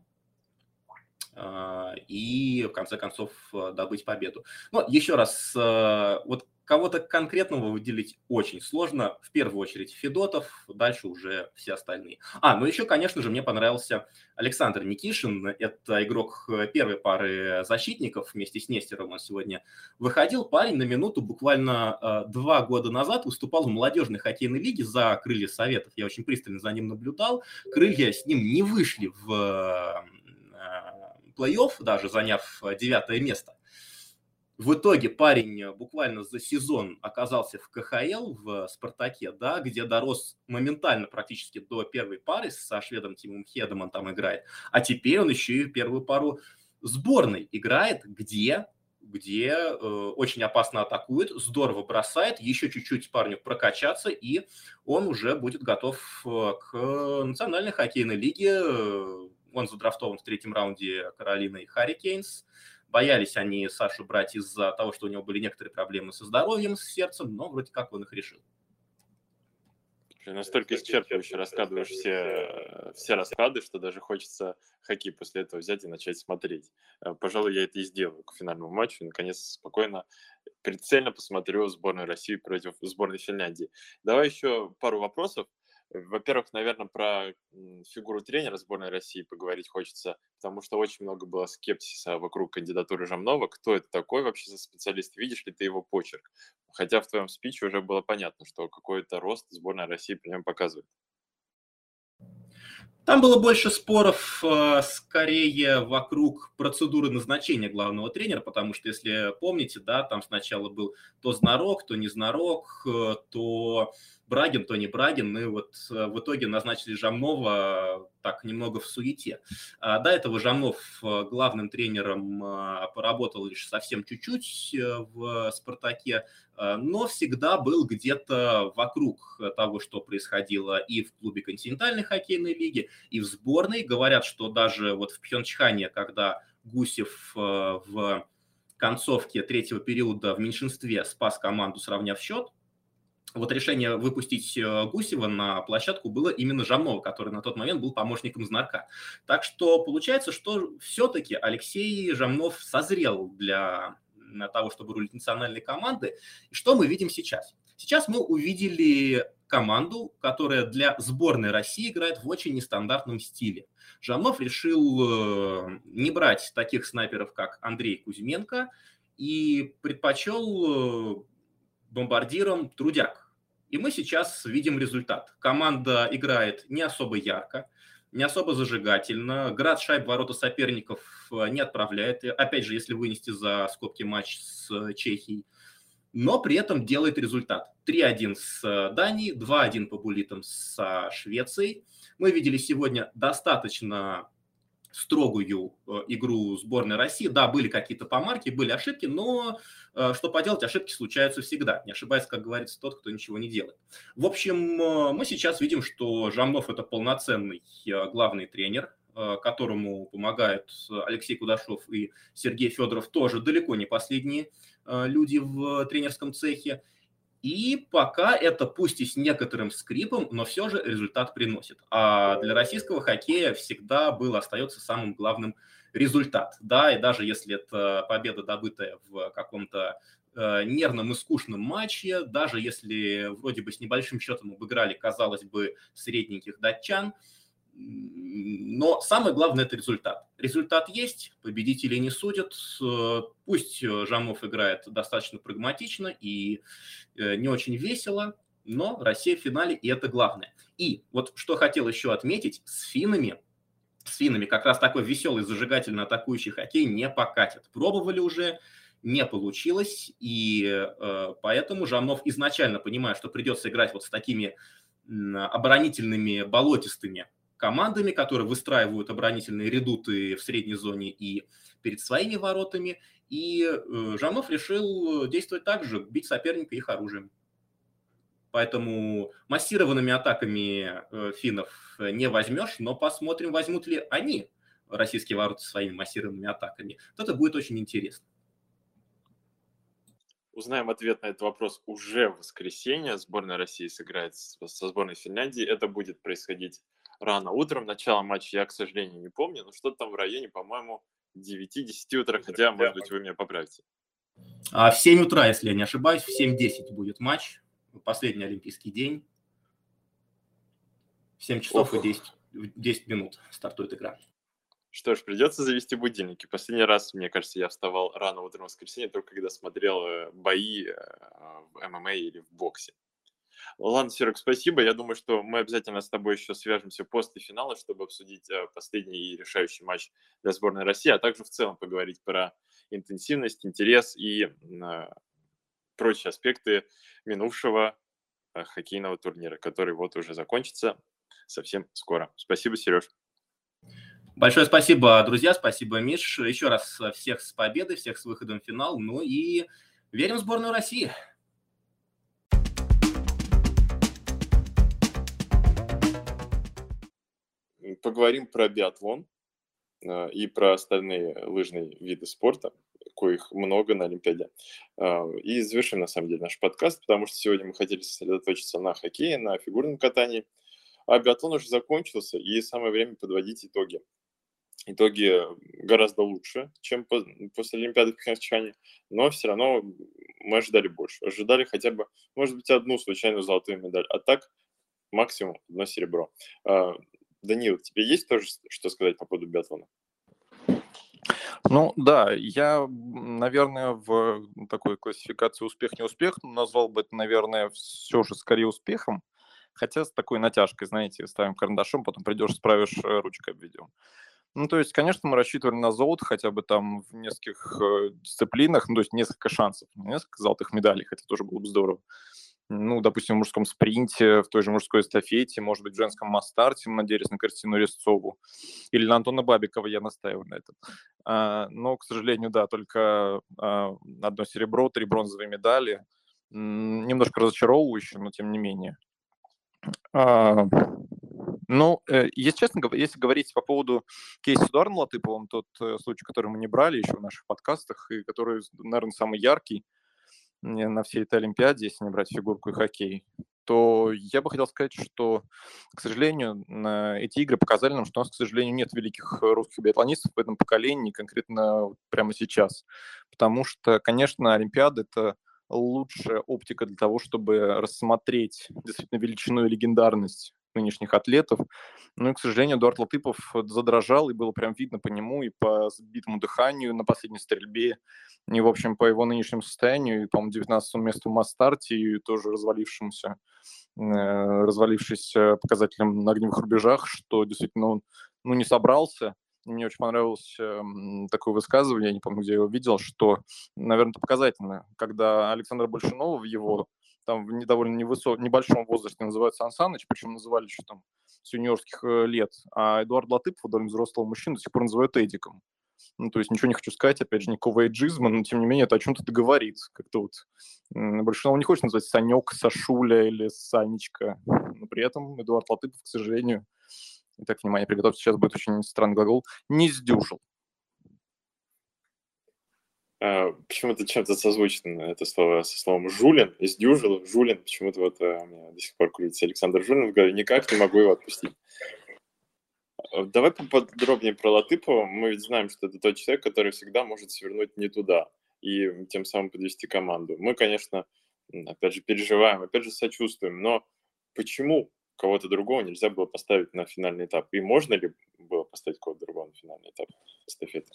и, в конце концов, добыть победу. Но еще раз, вот кого-то конкретного выделить очень сложно. В первую очередь Федотов, дальше уже все остальные. А, ну еще, конечно же, мне понравился Александр Никишин. Это игрок первой пары защитников. Вместе с Нестером он сегодня выходил. Парень на минуту буквально два года назад выступал в молодежной хоккейной лиге за крылья Советов. Я очень пристально за ним наблюдал. Крылья с ним не вышли в плей-офф, даже заняв девятое место. В итоге парень буквально за сезон оказался в ка ха эл, в «Спартаке», да, где дорос моментально практически до первой пары, со шведом Тимом Хедом он там играет, а теперь он еще и первую пару сборной играет, где, где э, очень опасно атакует, здорово бросает, еще чуть-чуть парню прокачаться, и он уже будет готов к национальной хоккейной лиге. Он задрафтован в третьем раунде Каролиной Харрикейнс. Боялись они Сашу брать из-за того, что у него были некоторые проблемы со здоровьем, с сердцем, но вроде как он их решил. Ты настолько исчерпывающе раскладываешь все, все расклады, что даже хочется хоккей после этого взять и начать смотреть. Э, Пожалуй, я это и сделаю к финальному матчу. И, наконец, спокойно, прицельно посмотрю сборную России против сборной Финляндии. Давай еще пару вопросов. Во-первых, наверное, про м, фигуру тренера сборной России поговорить хочется, потому что очень много было скепсиса вокруг кандидатуры Жамнова. Кто это такой вообще за специалист? Видишь ли ты его почерк? Хотя в твоем спиче уже было понятно, что какой-то рост сборная России при нем показывает. Там было больше споров, э, скорее, вокруг процедуры назначения главного тренера, потому что, если помните, да, там сначала был то Знарок, то не Знарок, э, то Брагин, то не Брагин, и вот э, в итоге назначили Жамнова так немного в суете. А до этого Жамнов э, главным тренером э, поработал лишь совсем чуть-чуть э, в «Спартаке», э, но всегда был где-то вокруг того, что происходило и в клубе континентальной хоккейной лиги, и в сборной. Говорят, что даже вот в Пхенчхане, когда Гусев э, в концовке третьего периода в меньшинстве спас команду, сравняв счет, вот решение выпустить э, Гусева на площадку было именно Жамнова, который на тот момент был помощником Знарка. Так что получается, что все-таки Алексей Жамнов созрел для того, чтобы рулить национальной командой. И что мы видим сейчас? Сейчас мы увидели команду, которая для сборной России играет в очень нестандартном стиле. Жамнов решил не брать таких снайперов, как Андрей Кузьменко, и предпочел бомбардиром Трудяк. И мы сейчас видим результат. Команда играет не особо ярко, не особо зажигательно. Град шайб в ворота соперников не отправляет. Опять же, если вынести за скобки матч с Чехией. Но при этом делает результат. три один с Данией, два один по буллитам со Швецией. Мы видели сегодня достаточно строгую игру сборной России. Да, были какие-то помарки, были ошибки, но что поделать, ошибки случаются всегда. Не ошибается, как говорится, тот, кто ничего не делает. В общем, мы сейчас видим, что Жамнов – это полноценный главный тренер, которому помогают Алексей Кудашов и Сергей Федоров, тоже далеко не последние люди в тренерском цехе. И пока это, пусть и с некоторым скрипом, но все же результат приносит. А для российского хоккея всегда был, остается самым главным результат. Да, и даже если это победа, добытая в каком-то э, нервном и скучном матче, даже если вроде бы с небольшим счетом обыграли, казалось бы, средненьких датчан, но самое главное – это результат. Результат есть, победителей не судят. Пусть Жамнов играет достаточно прагматично и не очень весело, но Россия в финале, и это главное. И вот что хотел еще отметить, с финнами, с финнами как раз такой веселый, зажигательно атакующий хоккей не покатит. Пробовали уже, не получилось, и э, поэтому Жамнов изначально, понимая, что придется играть вот с такими оборонительными, болотистыми командами, которые выстраивают оборонительные редуты в средней зоне и перед своими воротами. И э, Жамнов решил действовать так же, бить соперника их оружием. Поэтому массированными атаками э, финнов не возьмешь, но посмотрим, возьмут ли они российские ворота своими массированными атаками. Вот это будет очень интересно. Узнаем ответ на этот вопрос уже в воскресенье. Сборная России сыграет со сборной Финляндии. Это будет происходить рано утром. Начало матча я, к сожалению, не помню, но что-то там в районе, по-моему, девяти-десяти утра, хотя, может быть, вы меня поправите. А в семь утра, если я не ошибаюсь, в семь десять будет матч. Последний олимпийский день. В семь часов Ох. и десять, десять минут стартует игра. Что ж, придется завести будильники. Последний раз, мне кажется, я вставал рано утром в воскресенье, только когда смотрел бои в эм эм а или в боксе. Ладно, Серег, спасибо. Я думаю, что мы обязательно с тобой еще свяжемся после финала, чтобы обсудить последний и решающий матч для сборной России, а также в целом поговорить про интенсивность, интерес и прочие аспекты минувшего хоккейного турнира, который вот уже закончится совсем скоро. Спасибо, Сереж. Большое спасибо, друзья, спасибо, Миш. Еще раз всех с победой, всех с выходом в финал. Ну и верим в сборную России. Поговорим про биатлон и про остальные лыжные виды спорта. коих много на Олимпиаде. И завершим, на самом деле, наш подкаст, потому что сегодня мы хотели сосредоточиться на хоккее, на фигурном катании, а биатлон уже закончился, и самое время подводить итоги. Итоги гораздо лучше, чем после Олимпиады в Пхенчхане, но все равно мы ожидали больше. Ожидали хотя бы, может быть, одну случайную золотую медаль, а так максимум одно серебро. Данил, тебе есть тоже что сказать по поводу биатлона? Ну да, я, наверное, в такой классификации успех-неуспех назвал бы это, наверное, все же скорее успехом, хотя с такой натяжкой, знаете, ставим карандашом, потом придешь, справишь, ручкой обведем. Ну, то есть, конечно, мы рассчитывали на золото хотя бы там в нескольких э, дисциплинах, ну, то есть несколько шансов, несколько золотых медалей, хотя тоже было бы здорово. Ну, допустим, в мужском спринте, в той же мужской эстафете, может быть, в женском масс-старте мы надеялись на Кристину Резцову или на Антона Бабикова, я настаиваю на этом. А, но, к сожалению, да, только а, одно серебро, три бронзовые медали. М, немножко разочаровывающе, но тем не менее. А, ну, э, если честно, гов- если говорить по поводу кейса с Эдуардом Латыповым, тот э, случай, который мы не брали еще в наших подкастах, и который, наверное, самый яркий э, на всей этой Олимпиаде, если не брать фигурку и хоккей, то я бы хотел сказать, что, к сожалению, на- эти игры показали нам, что у нас, к сожалению, нет великих э, русских биатлонистов в этом поколении, конкретно вот прямо сейчас. Потому что, конечно, Олимпиада — это лучшая оптика для того, чтобы рассмотреть действительно величину и легендарность нынешних атлетов. Ну и, к сожалению, Эдуард Латыпов задрожал, и было прям видно по нему и по сбитому дыханию на последней стрельбе, и, в общем, по его нынешнему состоянию, и, по-моему, девятнадцатому месту в масс-старте, и тоже развалившемуся, э, развалившийся показателем на огневых рубежах, что действительно он ну, не собрался. Мне очень понравилось э, такое высказывание, я не помню, где я его видел, что, наверное, это показательно, когда Александра Большунова в его там в не- довольно невысо- небольшом возрасте называют Сан Саныч, причем называли еще там с юниорских э, лет, а Эдуард Латыпов, довольно взрослого мужчину, до сих пор называют Эдиком. Ну, то есть ничего не хочу сказать, опять же, никакого эйджизма, но тем не менее это о чем-то говорит. Как-то вот Большинство не хочет назвать Санек, Сашуля или Санечка, но при этом Эдуард Латыпов, к сожалению, итак, внимание, приготовьте, сейчас будет очень странный глагол, не сдюжил. А, Почему-то чем-то созвучно это слово со словом «жулин», «издюжил», «жулин». Почему-то вот а, у меня до сих пор крутится Александр Жулин в голове, никак не могу его отпустить. А, Давай поподробнее про Латыпова. Мы ведь знаем, что это тот человек, который всегда может свернуть не туда и тем самым подвести команду. Мы, конечно, м, опять же, переживаем, опять же, сочувствуем, но почему кого-то другого нельзя было поставить на финальный этап? И можно ли было поставить кого-то другого на финальный этап эстафеты?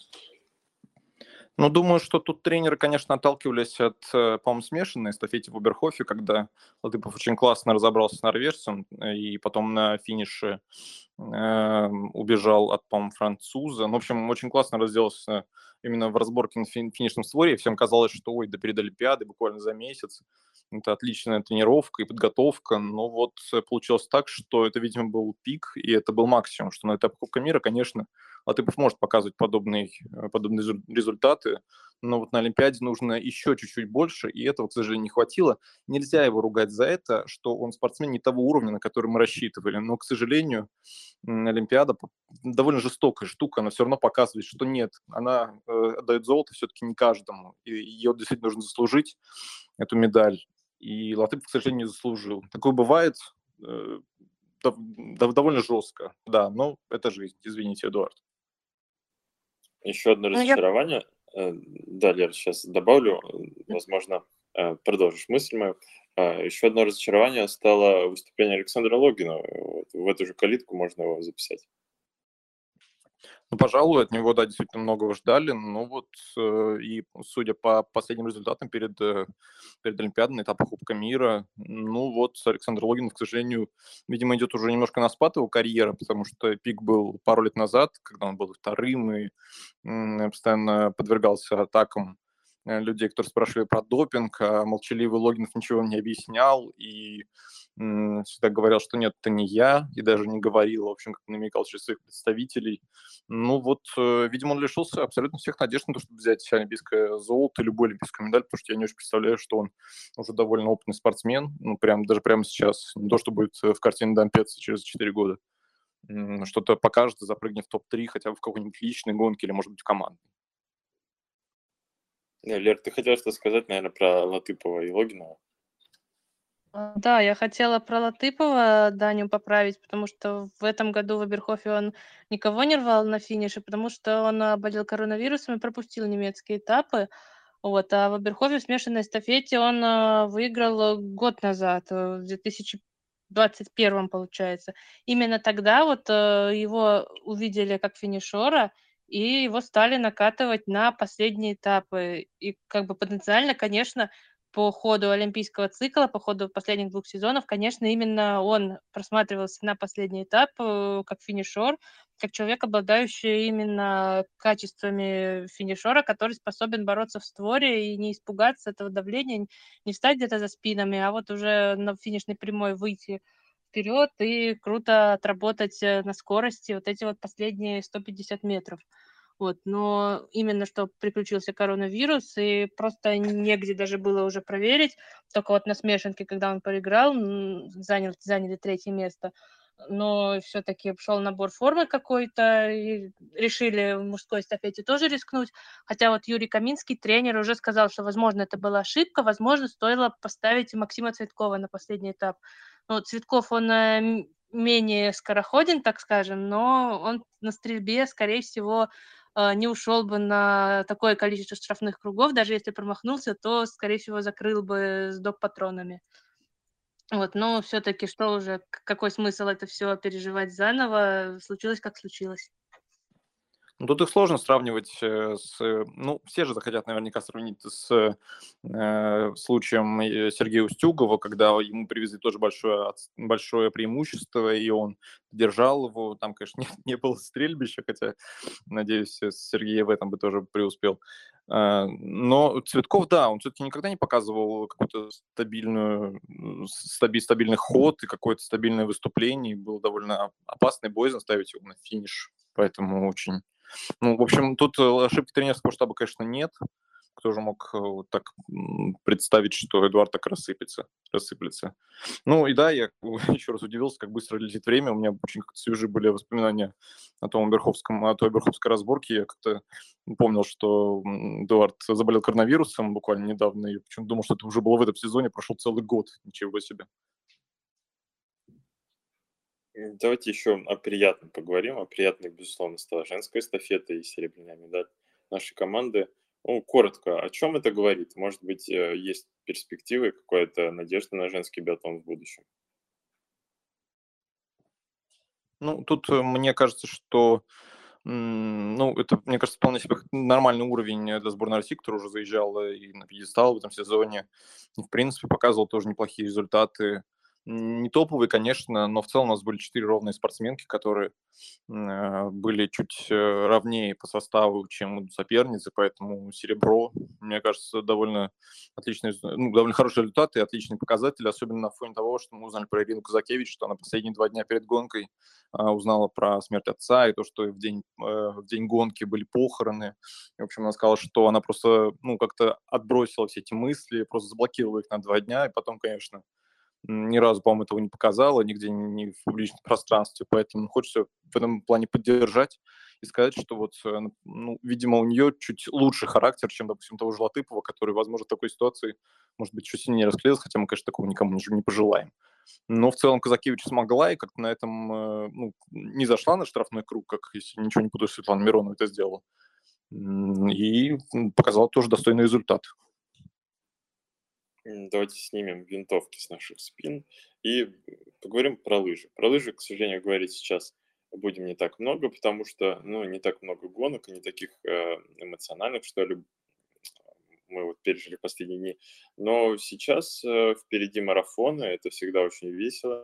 Ну, думаю, что тут тренеры, конечно, отталкивались от, э, по-моему, смешанной эстафете в Оберхофе, когда Латыпов очень классно разобрался с норвежцем э, и потом на финише э, убежал от, по-моему, француза. Ну, в общем, очень классно разделался именно в разборке на фин- финишном створе. Всем казалось, что ой, да перед Олимпиадой буквально за месяц. Это отличная тренировка и подготовка. Но вот э, получилось так, что это, видимо, был пик, и это был максимум, что на этапе Кубка мира, конечно, Латыпов может показывать подобные, э, подобные резу- результаты, но вот на Олимпиаде нужно еще чуть-чуть больше, и этого, к сожалению, не хватило. Нельзя его ругать за это, что он спортсмен не того уровня, на который мы рассчитывали. Но, к сожалению, м, Олимпиада п- довольно жестокая штука, она все равно показывает, что нет, она э, отдает золото все-таки не каждому, и ее действительно нужно заслужить, эту медаль. И Латыпов, к сожалению, не заслужил. Такое бывает э, дов- дов- довольно жестко, да, но это жизнь, извините, Эдуард. Еще одно Ну, я разочарование. Э, Да, Лер, сейчас добавлю, э, возможно, э, продолжишь мысль мою. А, Еще одно разочарование стало выступление Александра Логина. Вот в эту же калитку можно его записать. Ну, пожалуй, от него, да, действительно многого ждали. Но вот э, и судя по последним результатам перед, э, перед Олимпиадой на этапах Кубка мира, ну вот Александр Логин, к сожалению, видимо, идет уже немножко на спад его карьера, потому что пик был пару лет назад, когда он был вторым и м, постоянно подвергался атакам э, людей, которые спрашивали про допинг, а молчаливый Логинов ничего не объяснял и м, всегда говорил, что нет, это не я, и даже не говорил, в общем, как намекал через своих представителей. Ну вот, э, видимо, он лишился абсолютно всех надежд на то, чтобы взять олимпийское золото, любой олимпийскую медаль, потому что я не очень представляю, что он уже довольно опытный спортсмен, ну прям даже прямо сейчас, не то, что будет в картине Дампеца через четыре года. М, Что-то покажет, запрыгнет в топ три хотя бы в какой-нибудь личной гонке или, может быть, в командной. Не, Лер, ты хотела что сказать, наверное, про Латыпова и Логинова? А, Да, я хотела про Латыпова Даню поправить, потому что в этом году в Оберхофе он никого не рвал на финише, потому что он а, болел коронавирусом и пропустил немецкие этапы. Вот, а в Оберхофе в смешанной эстафете он а, выиграл год назад, э, в две тысячи двадцать первом, получается. Именно тогда вот э, его увидели как финишера, и его стали накатывать на последние этапы. И как бы потенциально, конечно, по ходу олимпийского цикла, по ходу последних двух сезонов, конечно, именно он просматривался на последний этап э, как финишер, как человек, обладающий именно качествами финишера, который способен бороться в створе и не испугаться этого давления, не встать где-то за спинами, а вот уже на финишной прямой выйти вперед и круто отработать э, на скорости вот эти вот последние сто пятьдесят метров. Вот, но именно что приключился коронавирус, и просто негде даже было уже проверить. Только вот на смешанке, когда он проиграл, м, занял, заняли третье место. Но все-таки шел набор формы какой-то, и решили в мужской эстафете тоже рискнуть. Хотя вот Юрий Каминский, тренер, уже сказал, что, возможно, это была ошибка, возможно, стоило поставить Максима Цветкова на последний этап. Ну, Цветков, он э, м- менее скороходен, так скажем, но он на стрельбе, скорее всего, э, не ушел бы на такое количество штрафных кругов. Даже если промахнулся, то, скорее всего, закрыл бы с доп-патронами. Вот, но все-таки что уже, к- какой смысл это все переживать заново? Случилось, как случилось. Ну, тут их сложно сравнивать э, с... э, Ну, все же захотят наверняка сравнить с э, случаем э, Сергея Устюгова, когда ему привезли тоже большое, отс- большое преимущество, и он держал его. Там, конечно, не, не было стрельбища, хотя, надеюсь, э, Сергей в этом бы тоже преуспел. А, Но Цветков, да, он все-таки никогда не показывал какую-то стабильную, м, стаби- стабильный ход и какое-то стабильное выступление. И было довольно оп- опасно и боязно ставить его на финиш. Поэтому очень ну, в общем, тут э, ошибки тренерского штаба, конечно, нет. Кто же мог э, вот так м, представить, что Эдуард так рассыпется, рассыплется. Ну и да, я еще раз удивился, как быстро летит время. У меня очень как-то свежие были воспоминания о том Оберховском, о той Оберховской разборке. Я как-то помнил, что м, Эдуард заболел коронавирусом буквально недавно. И почему-то думал, что это уже было в этом сезоне, прошел целый год. Ничего себе. М, Давайте еще о приятном поговорим. О приятной, безусловно, стала женская эстафета и серебряная медаль нашей команды. Ну, коротко, о чем это говорит? Может быть, э, есть перспективы, какая-то надежда на женский биатлон в будущем? Ну, тут э, мне кажется, что м, ну, это, мне кажется, вполне себе нормальный уровень э, для сборной России, которая уже заезжала и на пьедестал в этом сезоне. И, в принципе, показывал тоже неплохие результаты. М, Не топовые, конечно, но в целом у нас были четыре ровные спортсменки, которые э, были чуть э, равнее по составу, чем у соперницы, поэтому серебро, мне кажется, довольно отличный, ну, довольно хороший результат и отличный показатель, особенно на фоне того, что мы узнали про Ирину Казакевич, что она последние два дня перед гонкой а, узнала про смерть отца и то, что в день, э, в день гонки были похороны. И, в общем, она сказала, что она просто, ну, как-то отбросила все эти мысли, просто заблокировала их на два дня, и потом, конечно, ни разу, по-моему, этого не показала, нигде не в публичном пространстве, поэтому хочется в этом плане поддержать и сказать, что вот, э, ну, видимо, у нее чуть лучший характер, чем, допустим, того же Латыпова, который, возможно, в такой ситуации, может быть, еще сильнее расклеился, хотя мы, конечно, такого никому не не пожелаем. Но в целом Казакевич смогла и как-то на этом э, ну, не зашла на штрафной круг, как, если ничего не буду, Светлана Миронова это сделала. М, И м, показала тоже достойный результат. М, Давайте снимем винтовки с наших спин и поговорим про лыжи. Про лыжи, к сожалению, говорить сейчас будем не так много, потому что, ну, не так много гонок и не таких э, эмоциональных, что ли, мы вот пережили в последние дни. Но сейчас э, впереди марафоны, это всегда очень весело.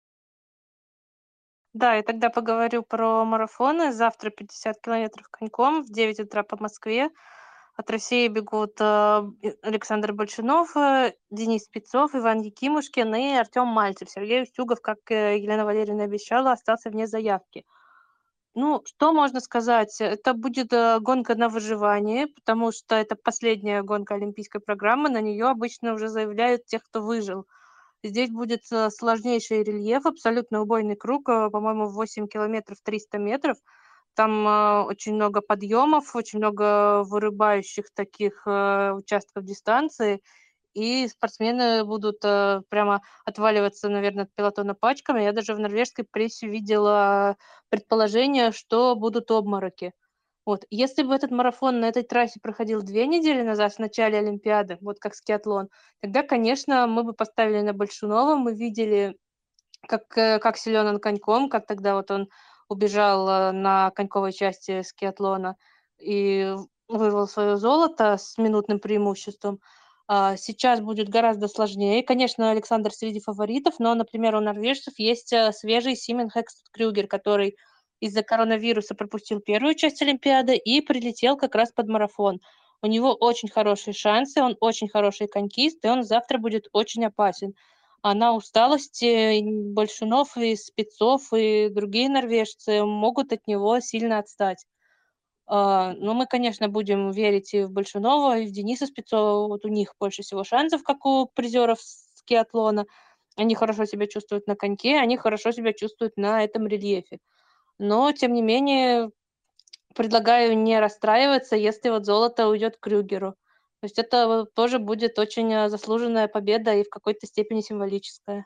Да, и тогда поговорю про марафоны. Завтра пятьдесят километров коньком в девять утра по Москве. От России бегут э, и- Александр Большунов, э, Денис Спецов, Иван Якимушкин и Артем Мальцев. Сергей Устюгов, как э, Елена Валерьевна обещала, остался вне заявки. Ну, что можно сказать? Это будет э, гонка на выживание, потому что это последняя гонка олимпийской программы. На нее обычно уже заявляют тех, кто выжил. Здесь будет э, сложнейший рельеф, абсолютно убойный круг, э, по-моему, восемь километров триста метров. Там э, очень много подъемов, очень много вырубающих таких э, участков дистанции, и спортсмены будут э, прямо отваливаться, наверное, от пелотона пачками. Я даже в норвежской прессе видела предположение, что будут обмороки. Вот. Если бы этот марафон на этой трассе проходил две недели назад, в начале Олимпиады, вот как скиатлон, тогда, конечно, мы бы поставили на Большунова, мы видели, как, э, как силен он коньком, как тогда вот он убежал э, на коньковой части скиатлона и вырвал свое золото с минутным преимуществом. А сейчас будет гораздо сложнее. Конечно, Александр среди фаворитов, но, например, у норвежцев есть э, свежий Симен Хекстед Крюгер, который из-за коронавируса пропустил первую часть Олимпиады и прилетел как раз под марафон. У него очень хорошие шансы, он очень хороший конькист, и он завтра будет очень опасен. А на усталости Большунов и Спецов и другие норвежцы могут от него сильно отстать. А, но мы, конечно, будем верить и в Большунова, и в Дениса Спецова. Вот у них больше всего шансов, как у призеров скиатлона. Они хорошо себя чувствуют на коньке, они хорошо себя чувствуют на этом рельефе. Но, тем не менее, предлагаю не расстраиваться, если вот золото уйдет Крюгеру. То есть это вот тоже будет очень э, заслуженная победа и в какой-то степени символическая.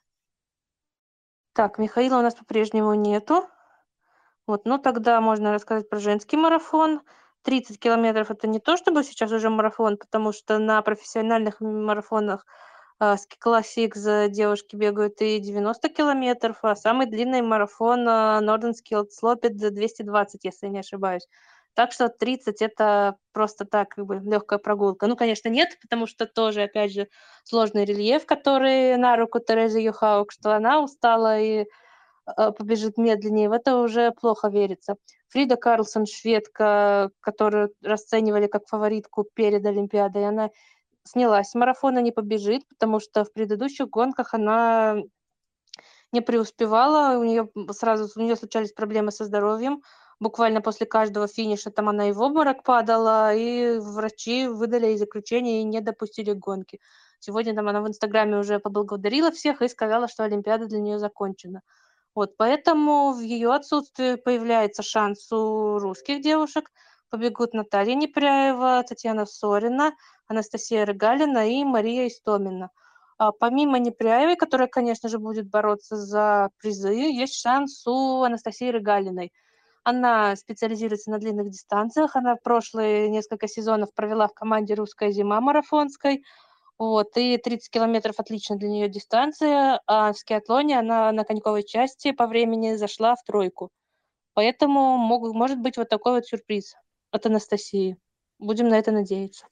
Так, Михаила у нас по-прежнему нету. Вот, ну тогда можно рассказать про женский марафон. тридцать километров это не то чтобы сейчас уже марафон, потому что на профессиональных марафонах э, Ski Classics девушки бегают и девяносто километров, а самый длинный марафон э, Northern Skilled Sloped двести двадцать, если не ошибаюсь. Так что тридцать это просто так, как бы легкая прогулка. Ну, конечно, нет, потому что тоже, опять же, сложный рельеф, который на руку Терезы Юхаук, что она устала и э, побежит медленнее, в это уже плохо верится. Фрида Карлсон, шведка, которую расценивали как фаворитку перед Олимпиадой, она снялась с марафона, не побежит, потому что в предыдущих гонках она не преуспевала, у нее сразу у нее случались проблемы со здоровьем. Буквально после каждого финиша там она и в обморок падала, и врачи выдали ей заключение и не допустили к гонке. Сегодня там она в Инстаграме уже поблагодарила всех и сказала, что Олимпиада для нее закончена. Вот, поэтому в ее отсутствии появляется шанс у русских девушек. Побегут Наталья Непряева, Татьяна Сорина, Анастасия Рыгалина и Мария Истомина. А помимо Непряевой, которая, конечно же, будет бороться за призы, есть шанс у Анастасии Рыгалиной. Она специализируется на длинных дистанциях. Она прошлые несколько сезонов провела в команде «Русская зима» марафонской. Вот, и тридцать километров отлично для нее дистанция, а в скиатлоне она на коньковой части по времени зашла в тройку. Поэтому мог, может быть вот такой вот сюрприз от Анастасии. Будем на это надеяться.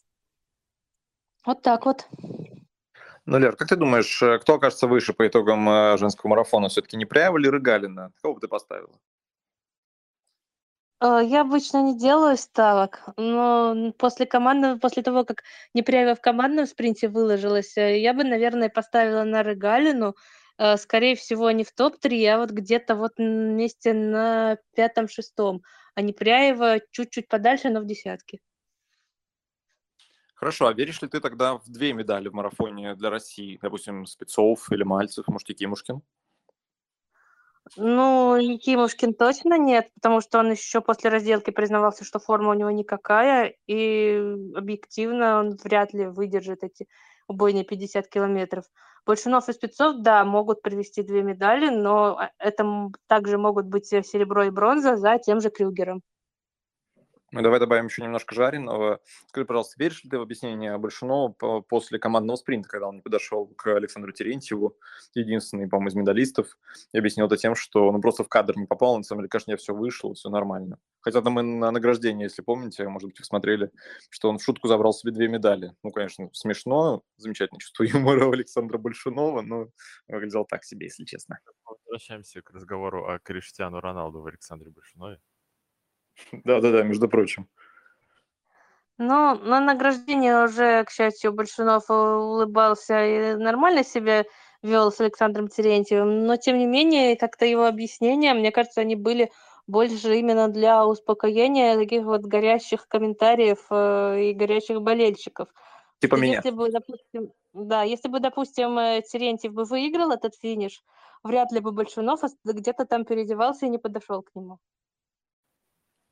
Вот так вот. Ну, Лер, как ты думаешь, э, кто окажется выше по итогам э, женского марафона? Все-таки Непряева или Рыгалина? Кого бы ты поставила? Э, Я обычно не делаю ставок, но после командного, после того, как Непряева в командном спринте выложилась, э, я бы, наверное, поставила на Рыгалину. Э, Скорее всего, не в топ три, а вот где-то вот м, месте на пятом-шестом, а Непряева чуть-чуть подальше, но в десятке. Хорошо, а веришь ли ты тогда в две медали в марафоне для России? Допустим, Спецов или Мальцев, может, Якимушкин? Ну, Якимушкин точно нет, потому что он еще после разделки признавался, что форма у него никакая, и объективно он вряд ли выдержит эти убойные пятьдесят километров. Большунов и Спецов, да, могут привезти две медали, но а, это м- также могут быть э, серебро и бронза за тем же Крюгером. Ну, давай добавим еще немножко жареного. Скажи, пожалуйста, веришь ли ты в объяснение Большунова по- после командного спринта, когда он не подошел к Александру Терентьеву, единственный, по-моему, из медалистов, и объяснил это тем, что он просто в кадр не попал, на самом деле, конечно, все вышло, все нормально. Хотя там и на награждении, если помните, может быть, вы смотрели, что он в шутку забрал себе две медали. Ну, конечно, смешно, замечательное чувство юмора у Александра Большунова, но выглядел так себе, если честно. Возвращаемся к разговору о Криштиану Роналду в Александре Большунове. Да-да-да, между прочим. Но на награждении уже, к счастью, Большунов э, улыбался и нормально себя вел с Александром Терентьевым, но тем не менее, как-то его объяснения, мне кажется, они были больше именно для успокоения таких вот горящих комментариев э, и горящих болельщиков. Типа Что меня. если бы, допустим, да, если бы, допустим, э, Терентьев бы выиграл этот финиш, вряд ли бы Большунов ос- где-то там переодевался и не подошел к нему.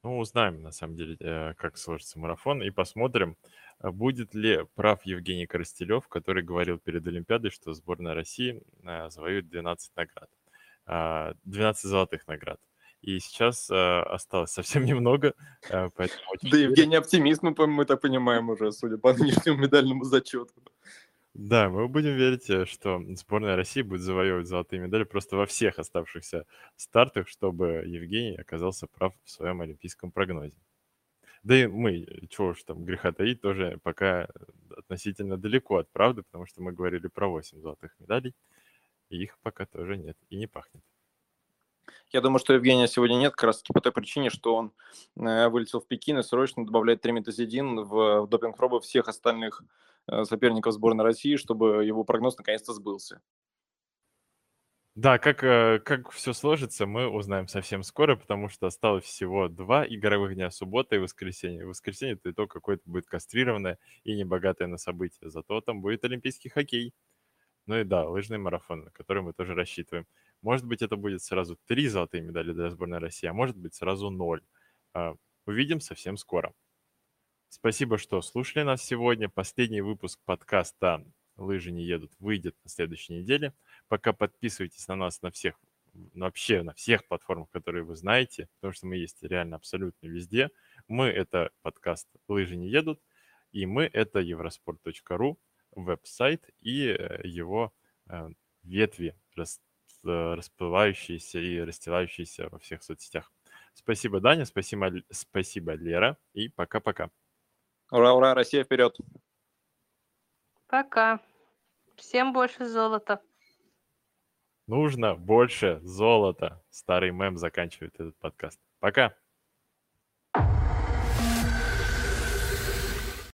Ну, узнаем, на самом деле, э, как сложится марафон, и посмотрим, э, будет ли прав Евгений Коростелев, который говорил перед Олимпиадой, что сборная России э, завоюет двенадцать наград, а, двенадцать золотых наград. И сейчас э, осталось совсем немного, э, поэтому очень Да, верю. Евгений оптимист, мы, по- мы так понимаем уже, судя по нынешнему медальному зачету. Да, мы будем верить, э, что сборная России будет завоевывать золотые медали просто во всех оставшихся стартах, чтобы Евгений оказался прав в своем олимпийском прогнозе. Да и мы, чего уж там греха таить, тоже пока относительно далеко от правды, потому что мы говорили про восемь золотых медалей, и их пока тоже нет и не пахнет. Я думаю, что Евгения сегодня нет, как раз таки по той причине, что он э, вылетел в Пекин и срочно добавляет триметазидин в, в допинг-пробы всех остальных э, соперников сборной России, чтобы его прогноз наконец-то сбылся. Да, как, э, как все сложится, мы узнаем совсем скоро, потому что осталось всего два игровых дня, суббота и воскресенье. В воскресенье это и то какое-то будет кастрированное и небогатое на события, зато там будет олимпийский хоккей. Ну и да, лыжный марафон, на который мы тоже рассчитываем. Может быть, это будет сразу три золотые медали для сборной России, а может быть, сразу ноль. А, Увидим совсем скоро. Спасибо, что слушали нас сегодня. Последний выпуск подкаста «Лыжи не едут» выйдет на следующей неделе. Пока подписывайтесь на нас на всех, ну, вообще на всех платформах, которые вы знаете, потому что мы есть реально абсолютно везде. Мы — это подкаст «Лыжи не едут», и мы — это евроспорт точка ру, веб-сайт и э, его э, ветви, рас, э, расплывающиеся и расстилающиеся во всех соцсетях. Спасибо, Даня, спасибо, Л- спасибо, Лера, и пока-пока. Ура, ура, Россия вперед! Пока. Всем больше золота. Нужно больше золота. Старый мем заканчивает этот подкаст. Пока.